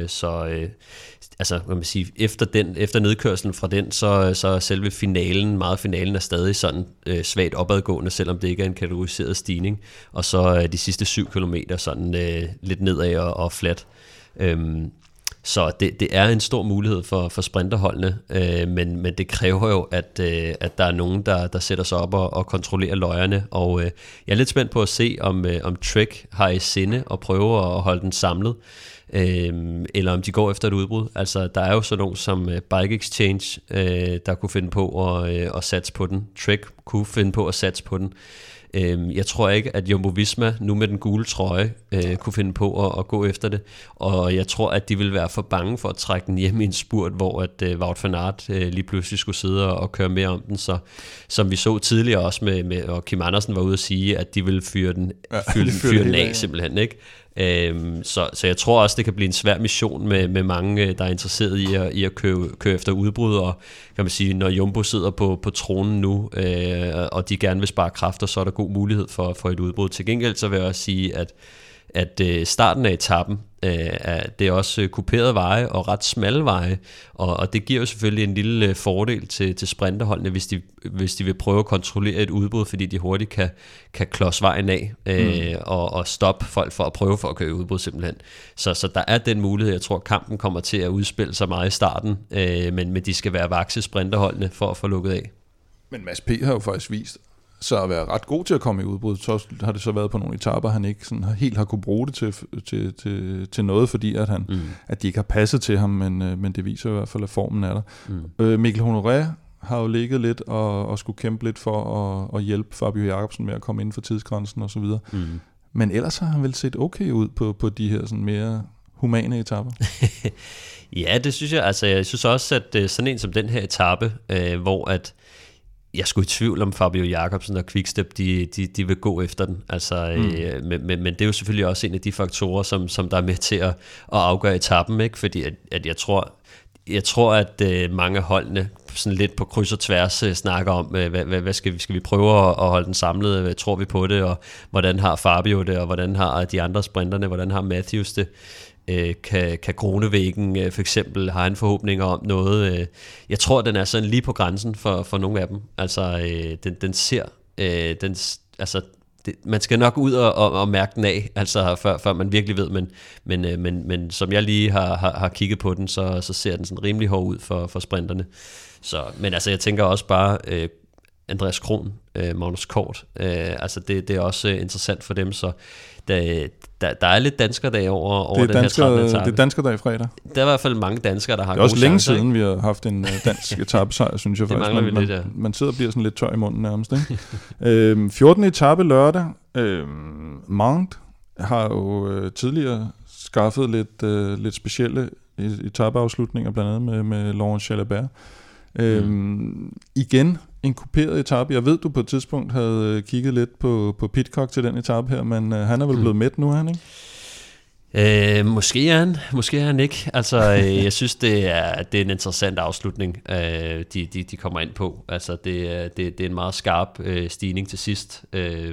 altså, hvad man sige, efter nedkørslen fra den, så er selve finalen er stadig sådan svagt opadgående, selvom det ikke er en kategoriseret stigning, og så de sidste 7 km sådan lidt nedad og flat. Så det er en stor mulighed for sprinterholdene, men det kræver jo, at der er nogen, der sætter sig op og kontrollerer løjerne, og jeg er lidt spændt på at se, om Trek har i sinde og prøver at holde den samlet, eller om de går efter et udbrud. Altså, der er jo sådan nogen som Bike Exchange, der kunne finde på at satse på den. Trek kunne finde på at satse på den. Jeg tror ikke, at Jumbo Visma nu med den gule trøje kunne finde på at gå efter det, og jeg tror, at de vil være for bange for at trække den hjem i en spurt, hvor at Wout van Aert lige pludselig skulle sidde og køre mere om den, så som vi så tidligere også med og Kim Andersen var ude at sige, at de ville fyre den af simpelthen, ikke? Så jeg tror også, det kan blive en svær mission med mange, der er interesseret i at køre efter udbrud, og kan man sige, når Jumbo sidder på tronen nu, og de gerne vil spare kræfter, så er der god mulighed for et udbrud. Til gengæld så vil jeg også sige, at starten af etappen, det er også kuperede veje og ret smalle veje, og det giver jo selvfølgelig en lille fordel til sprinterholdene, hvis de vil prøve at kontrollere et udbrud, fordi de hurtigt kan klodse vejen af og stoppe folk for at prøve for at køre udbrud simpelthen. Så der er den mulighed. Jeg tror, kampen kommer til at udspille sig meget i starten, men de skal være vakse sprinterholdene for at få lukket af. Men Mads P. har jo faktisk vist så at være ret god til at komme i udbrud. Så har det så været på nogle etaper, han ikke sådan helt har kunne bruge det til noget, fordi at de ikke har passet til ham, men det viser i hvert fald, at formen er der. Mikkel Honoré har jo ligget lidt og skulle kæmpe lidt for at hjælpe Fabio Jakobsen med at komme inden for tidsgrænsen osv. Men ellers har han vel set okay ud på de her sådan mere humane etaper. Ja, det synes jeg. Altså, jeg synes også, at sådan en som den her etape, hvor at jeg skulle i tvivl om Fabio Jakobsen og Quickstep, de vil gå efter den. Altså, men det er jo selvfølgelig også en af de faktorer, som der er med til at afgøre etappen, ikke? Fordi at jeg tror, at mange af holdene sådan lidt på kryds og tværs snakker om, hvad skal vi prøve at holde den samlet, hvad tror vi på det, og hvordan har Fabio det, og hvordan har de andre sprinterne, hvordan har Matthews det. Kan Groenewegen for eksempel have en forhåbning om noget. Jeg tror, den er sådan lige på grænsen for nogle af dem. Altså, den ser... man skal nok ud og mærke den af, altså før man virkelig ved, men som jeg lige har kigget på den, så ser den sådan rimelig hård ud for sprinterne. Så, men altså, jeg tænker også bare... Andreas Kron, Magnus Kort, altså det er også interessant for dem, så der er lidt danskerdag over den her 13. etape. Det er danskerdag fredag. Der er i hvert fald mange danskere, der har gode chancer. Det er også længe siden, vi har haft en dansk etapesejr, synes jeg det faktisk. Man sidder og bliver sådan lidt tør i munden nærmest. Ikke? 14. etape lørdag. Mount har jo tidligere skaffet lidt specielle etapeafslutninger, blandt andet med Laurent Jalabert. Igen en kuperet etape. Jeg ved, du på et tidspunkt havde kigget lidt på Pidcock til den etape her, men han er vel blevet mæt nu, er han ikke? Måske er han ikke. Altså, jeg synes, det er en interessant afslutning, de kommer ind på. Altså, det er en meget skarp stigning til sidst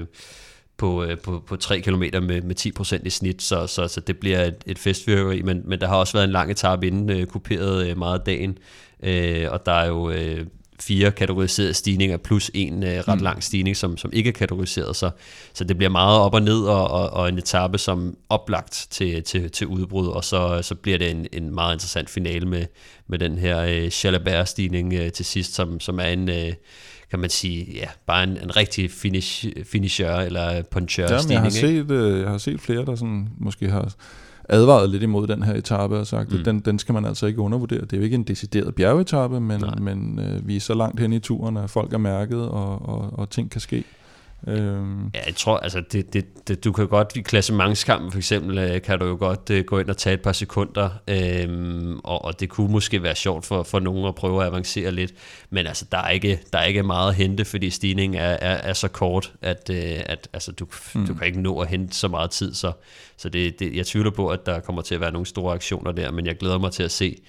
på 3 kilometer med 10% i snit, så det bliver et festfyrkeri, men der har også været en lang etape inden, kuperet meget af dagen, og der er jo 4 kategoriserede stigninger plus en ret lang stigning, som ikke er kategoriseret, så det bliver meget op og ned, og en etape som oplagt til udbrud, og så bliver det en meget interessant finale med den her Jalabert-stigning til sidst, som er en kan man sige, ja, bare en rigtig finisher eller puncher-stigning. Jeg har set flere, der sådan måske har advaret lidt imod den her etape og sagt, at den skal man altså ikke undervurdere. Det er jo ikke en decideret bjergetape, men vi er så langt hen i turen, at folk er mærket, og ting kan ske. Ja, jeg tror, altså du kan godt i klassementskampen for eksempel, kan du jo godt gå ind og tage et par sekunder, og det kunne måske være sjovt for nogen at prøve at avancere lidt, men altså der er ikke meget at hente, fordi stigningen er så kort, at altså, du kan ikke nå at hente så meget tid, så jeg tvivler på, at der kommer til at være nogle store aktioner der, men jeg glæder mig til at se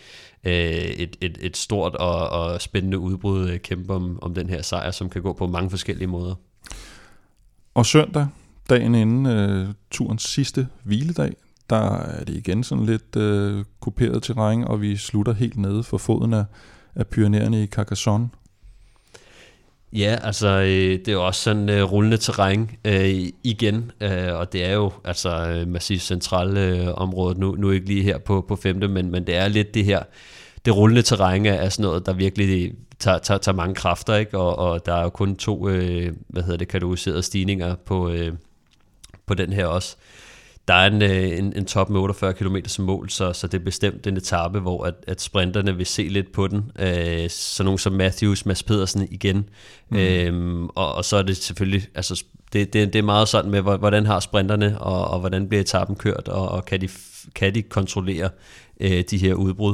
et stort og spændende udbrud kæmpe om den her sejr, som kan gå på mange forskellige måder. Og søndag, dagen inden turens sidste hviledag, der er det igen sådan lidt kuperet terræn, og vi slutter helt nede for foden af Pyrenæerne i Carcassonne. Ja, altså det er jo også sådan rullende terræn igen, og det er jo altså massivt centrale området, nu ikke lige her på 5., men det er lidt det rullende terræn er sådan noget, der virkelig tager mange kræfter, ikke? Og der er jo kun 2 kategoriserede stigninger på den her også. Der er en top med 48 km som mål, så det er bestemt en etape, hvor at sprinterne vil se lidt på den. Så nogen som Matthews, Mads Pedersen igen. Og så er det selvfølgelig, altså det er meget sådan med, hvordan har sprinterne, og hvordan bliver etappen kørt, og kan de kontrollere de her udbrud.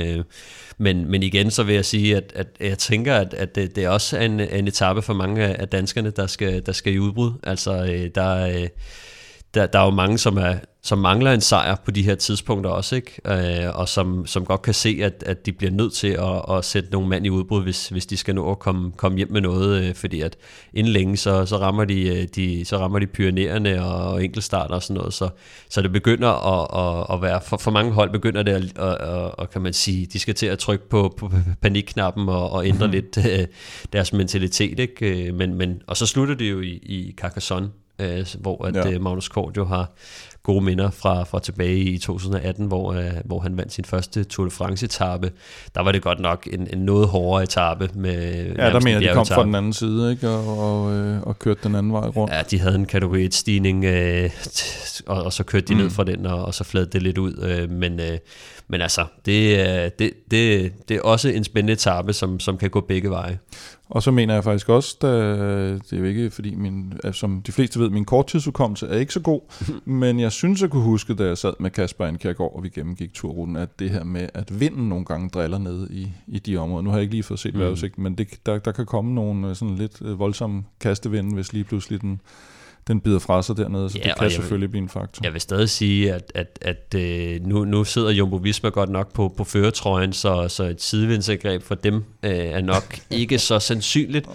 Men igen, så vil jeg sige, at jeg tænker, at det er også en etape for mange af danskerne, der skal i udbrud. Altså, der er jo mange, som mangler en sejr på de her tidspunkter også, ikke? Og som godt kan se, at de bliver nødt til at sætte nogle mand i udbrud, hvis de skal nå at komme hjem med noget, fordi at inden længe, så rammer de Pyrenæerne og enkeltstarter og sådan noget, så det begynder at være, for mange hold begynder det at kan man sige, de skal til at trykke på panikknappen og ændre lidt deres mentalitet, ikke? Men og så slutter det jo i Carcassonne, hvor Magnus Cort jo har gode minder fra tilbage i 2018, hvor han vandt sin første Tour de France-etape. Der var det godt nok en noget hårdere etape. Der mener de kom fra den anden side, ikke? Og kørte den anden vej rundt. Ja, de havde en kategori 1-stigning, og så kørte de ned fra den, og så fladede det lidt ud. Men altså, det er også en spændende etape, som kan gå begge veje. Og så mener jeg faktisk også, det er jo ikke fordi, som de fleste ved, min korttidsudkommelse er ikke så god, men jeg synes, jeg kunne huske, da jeg sad med Kasper Andkjærgaard, og vi gennemgik turruten, at det her med, at vinden nogle gange driller ned i de områder. Nu har jeg ikke lige fået set vejrudsigten, men der kan komme nogle sådan lidt voldsomme kastevinde, hvis lige pludselig den bider fra sig dernede, så det kan selvfølgelig blive en faktor. Jeg vil stadig sige, at nu sidder Jumbo Visma godt nok på førertrøjen, så et sidevindsangreb for dem er nok ikke så sandsynligt.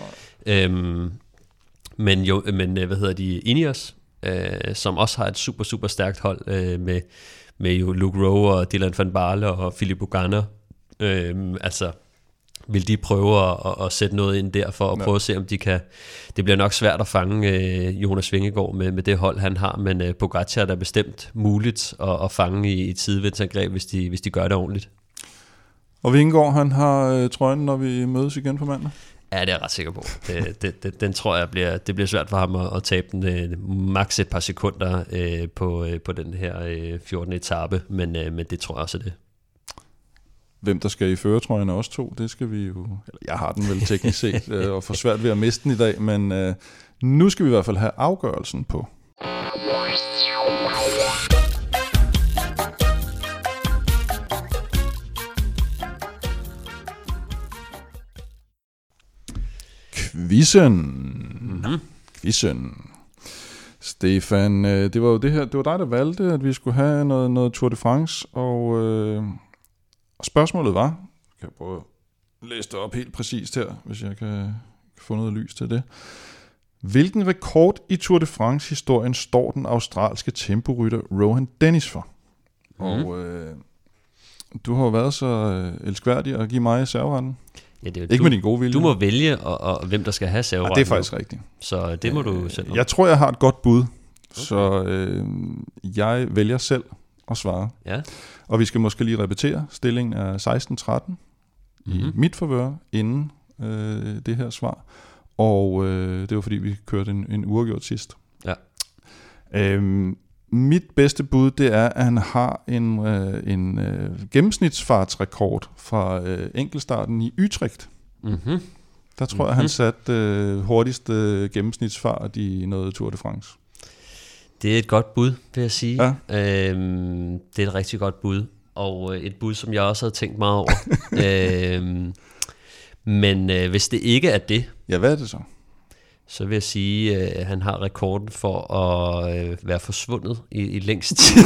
Men hvad hedder de? Ineos, som også har et super, super stærkt hold med jo Luke Rowe og Dylan van Baarle og Philippe Ganna. Altså vil de prøve at sætte noget ind der for at prøve at se, om de kan. Det bliver nok svært at fange Jonas Vingegaard med det hold, han har, men Pogacar er da bestemt muligt at fange i et sidevindsangreb, hvis de gør det ordentligt. Og Vingegaard, han har trøjen, når vi mødes igen på mandag? Ja, det er jeg ret sikker på. Den tror jeg bliver svært for ham at tabe den maks et par sekunder på den her 14. etape, men det tror jeg også er det. Hvem der skal i førertrøjen af os to, det skal vi jo. Jeg har den vel teknisk set, og for svært ved at miste den i dag, men nu skal vi i hvert fald have afgørelsen på. Quizzen. Stefan, det var jo det her. Det var dig, der valgte, at vi skulle have noget Tour de France, og spørgsmålet var, jeg kan prøve at læse det op helt præcist her, hvis jeg kan få noget lys til det. Hvilken rekord i Tour de France-historien står den australske temporytter Rohan Dennis for? Og du har jo været så elskværdig at give mig serveretten. Ja, det er ikke med din gode vilje. Du må vælge, hvem der skal have serveretten. Det er faktisk rigtigt. Så det må du selv. Jeg tror, jeg har et godt bud, så jeg vælger selv at svare. Ja. Og vi skal måske lige repetere. Stillingen er 16-13 i mit favør inden det her svar. Og det var fordi, vi kørte en uafgjort sidst. Ja. Mit bedste bud, det er, at han har en gennemsnitsfartsrekord fra enkeltstarten i Utrecht. Mm-hmm. Der tror jeg, han satte hurtigste gennemsnitsfart i noget Tour de France. Det er et godt bud, vil jeg sige. Ja. Det er et rigtig godt bud. Og et bud, som jeg også havde tænkt meget over. Men hvis det ikke er det... Ja, hvad er det så? Så vil jeg sige, at han har rekorden for at være forsvundet i længst tid.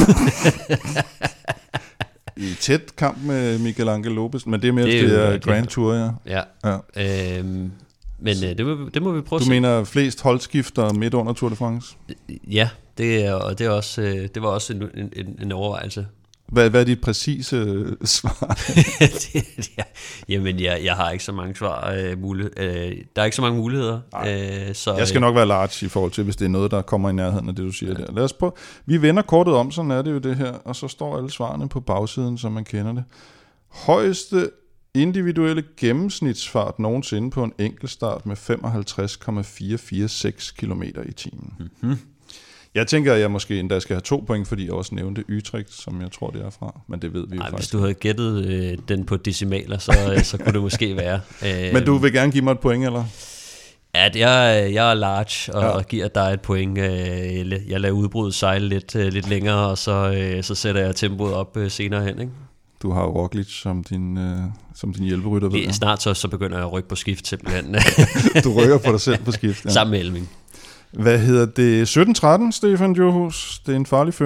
I tæt kamp med Miguel Angel Lopez, men det er mere det Grand Tour, ja. Men det må vi prøve at se. Du mener flest holdskifter midt under Tour de France? Ja, det var også en overvejelse. Hvad er dit præcise svar? Jamen, jeg har ikke så mange svar. Der er ikke så mange muligheder. Så, jeg skal nok være large i forhold til, hvis det er noget, der kommer i nærheden af det, du siger der. Lad os prøve. Vi vender kortet om, sådan er det jo det her, og så står alle svarene på bagsiden, som man kender det. Højeste individuelle gennemsnitsfart nogensinde på en enkeltstart med 55,446 km i timen. Mm-hmm. Jeg tænker, at jeg måske endda skal have 2 point, fordi jeg også nævnte Utrecht, som jeg tror, det er fra. Men det ved vi jo faktisk. Hvis du havde gættet den på decimaler, så kunne det måske være. Men du vil gerne give mig et point, eller? Ja, jeg er large og giver dig et point. Jeg lader udbruddet sejle lidt længere, og så sætter jeg tempoet op senere hen, ikke? Du har jo Roglic som din hjælperytter, ved jeg. Snart så begynder jeg at rykke på skift, simpelthen. Du rykker på dig selv på skift, ja. Sammen med Elming. Hvad hedder det? 17-13, Stefan Djurhus. Det er en farlig føring.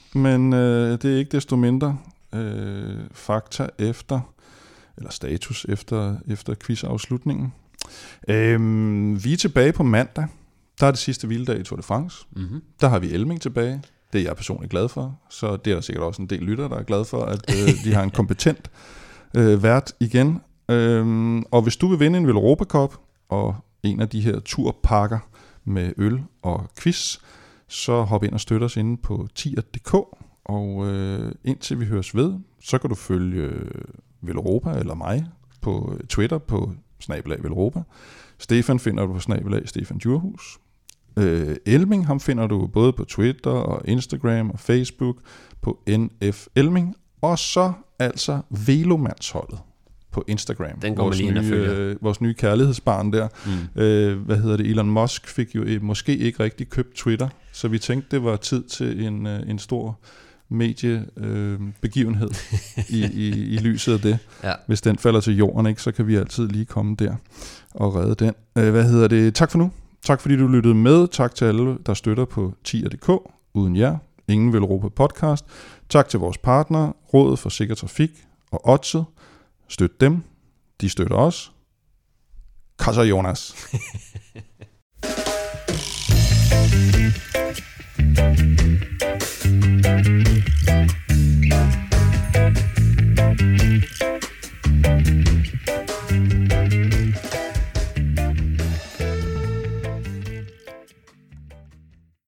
men det er ikke desto mindre fakta efter, eller status efter quizafslutningen. Vi er tilbage på mandag. Der er det sidste hviledag i Tour de France. Mm-hmm. Der har vi Elming tilbage. Det er jeg personligt glad for. Så det er der sikkert også en del lyttere, der er glad for, at de har en kompetent vært igen. Og hvis du vil vinde en Veloropa Cup og en af de her turpakker med øl og quiz, så hop ind og støt os inde på tier.dk. Og indtil vi høres ved, så kan du følge Veloropa eller mig på Twitter på @Veloropa. Stefan finder du på @Stefan Djurhus. Elming, ham finder du både på Twitter og Instagram og Facebook på NF Elming. Og så altså Velomandsholdet på Instagram. Den går man lige ind og følger. Vores nye kærlighedsbarn der. Elon Musk fik jo måske ikke rigtig købt Twitter, så vi tænkte, det var tid til en stor mediebegivenhed i lyset af det. Ja. Hvis den falder til jorden, ikke, så kan vi altid lige komme der og redde den. Tak for nu. Tak fordi du lyttede med. Tak til alle, der støtter på tier.dk. Uden jer, ingen Veloropa podcast. Tak til vores partnere, Rådet for Sikker Trafik og Odset. Støt dem. De støtter os. Kasser Jonas.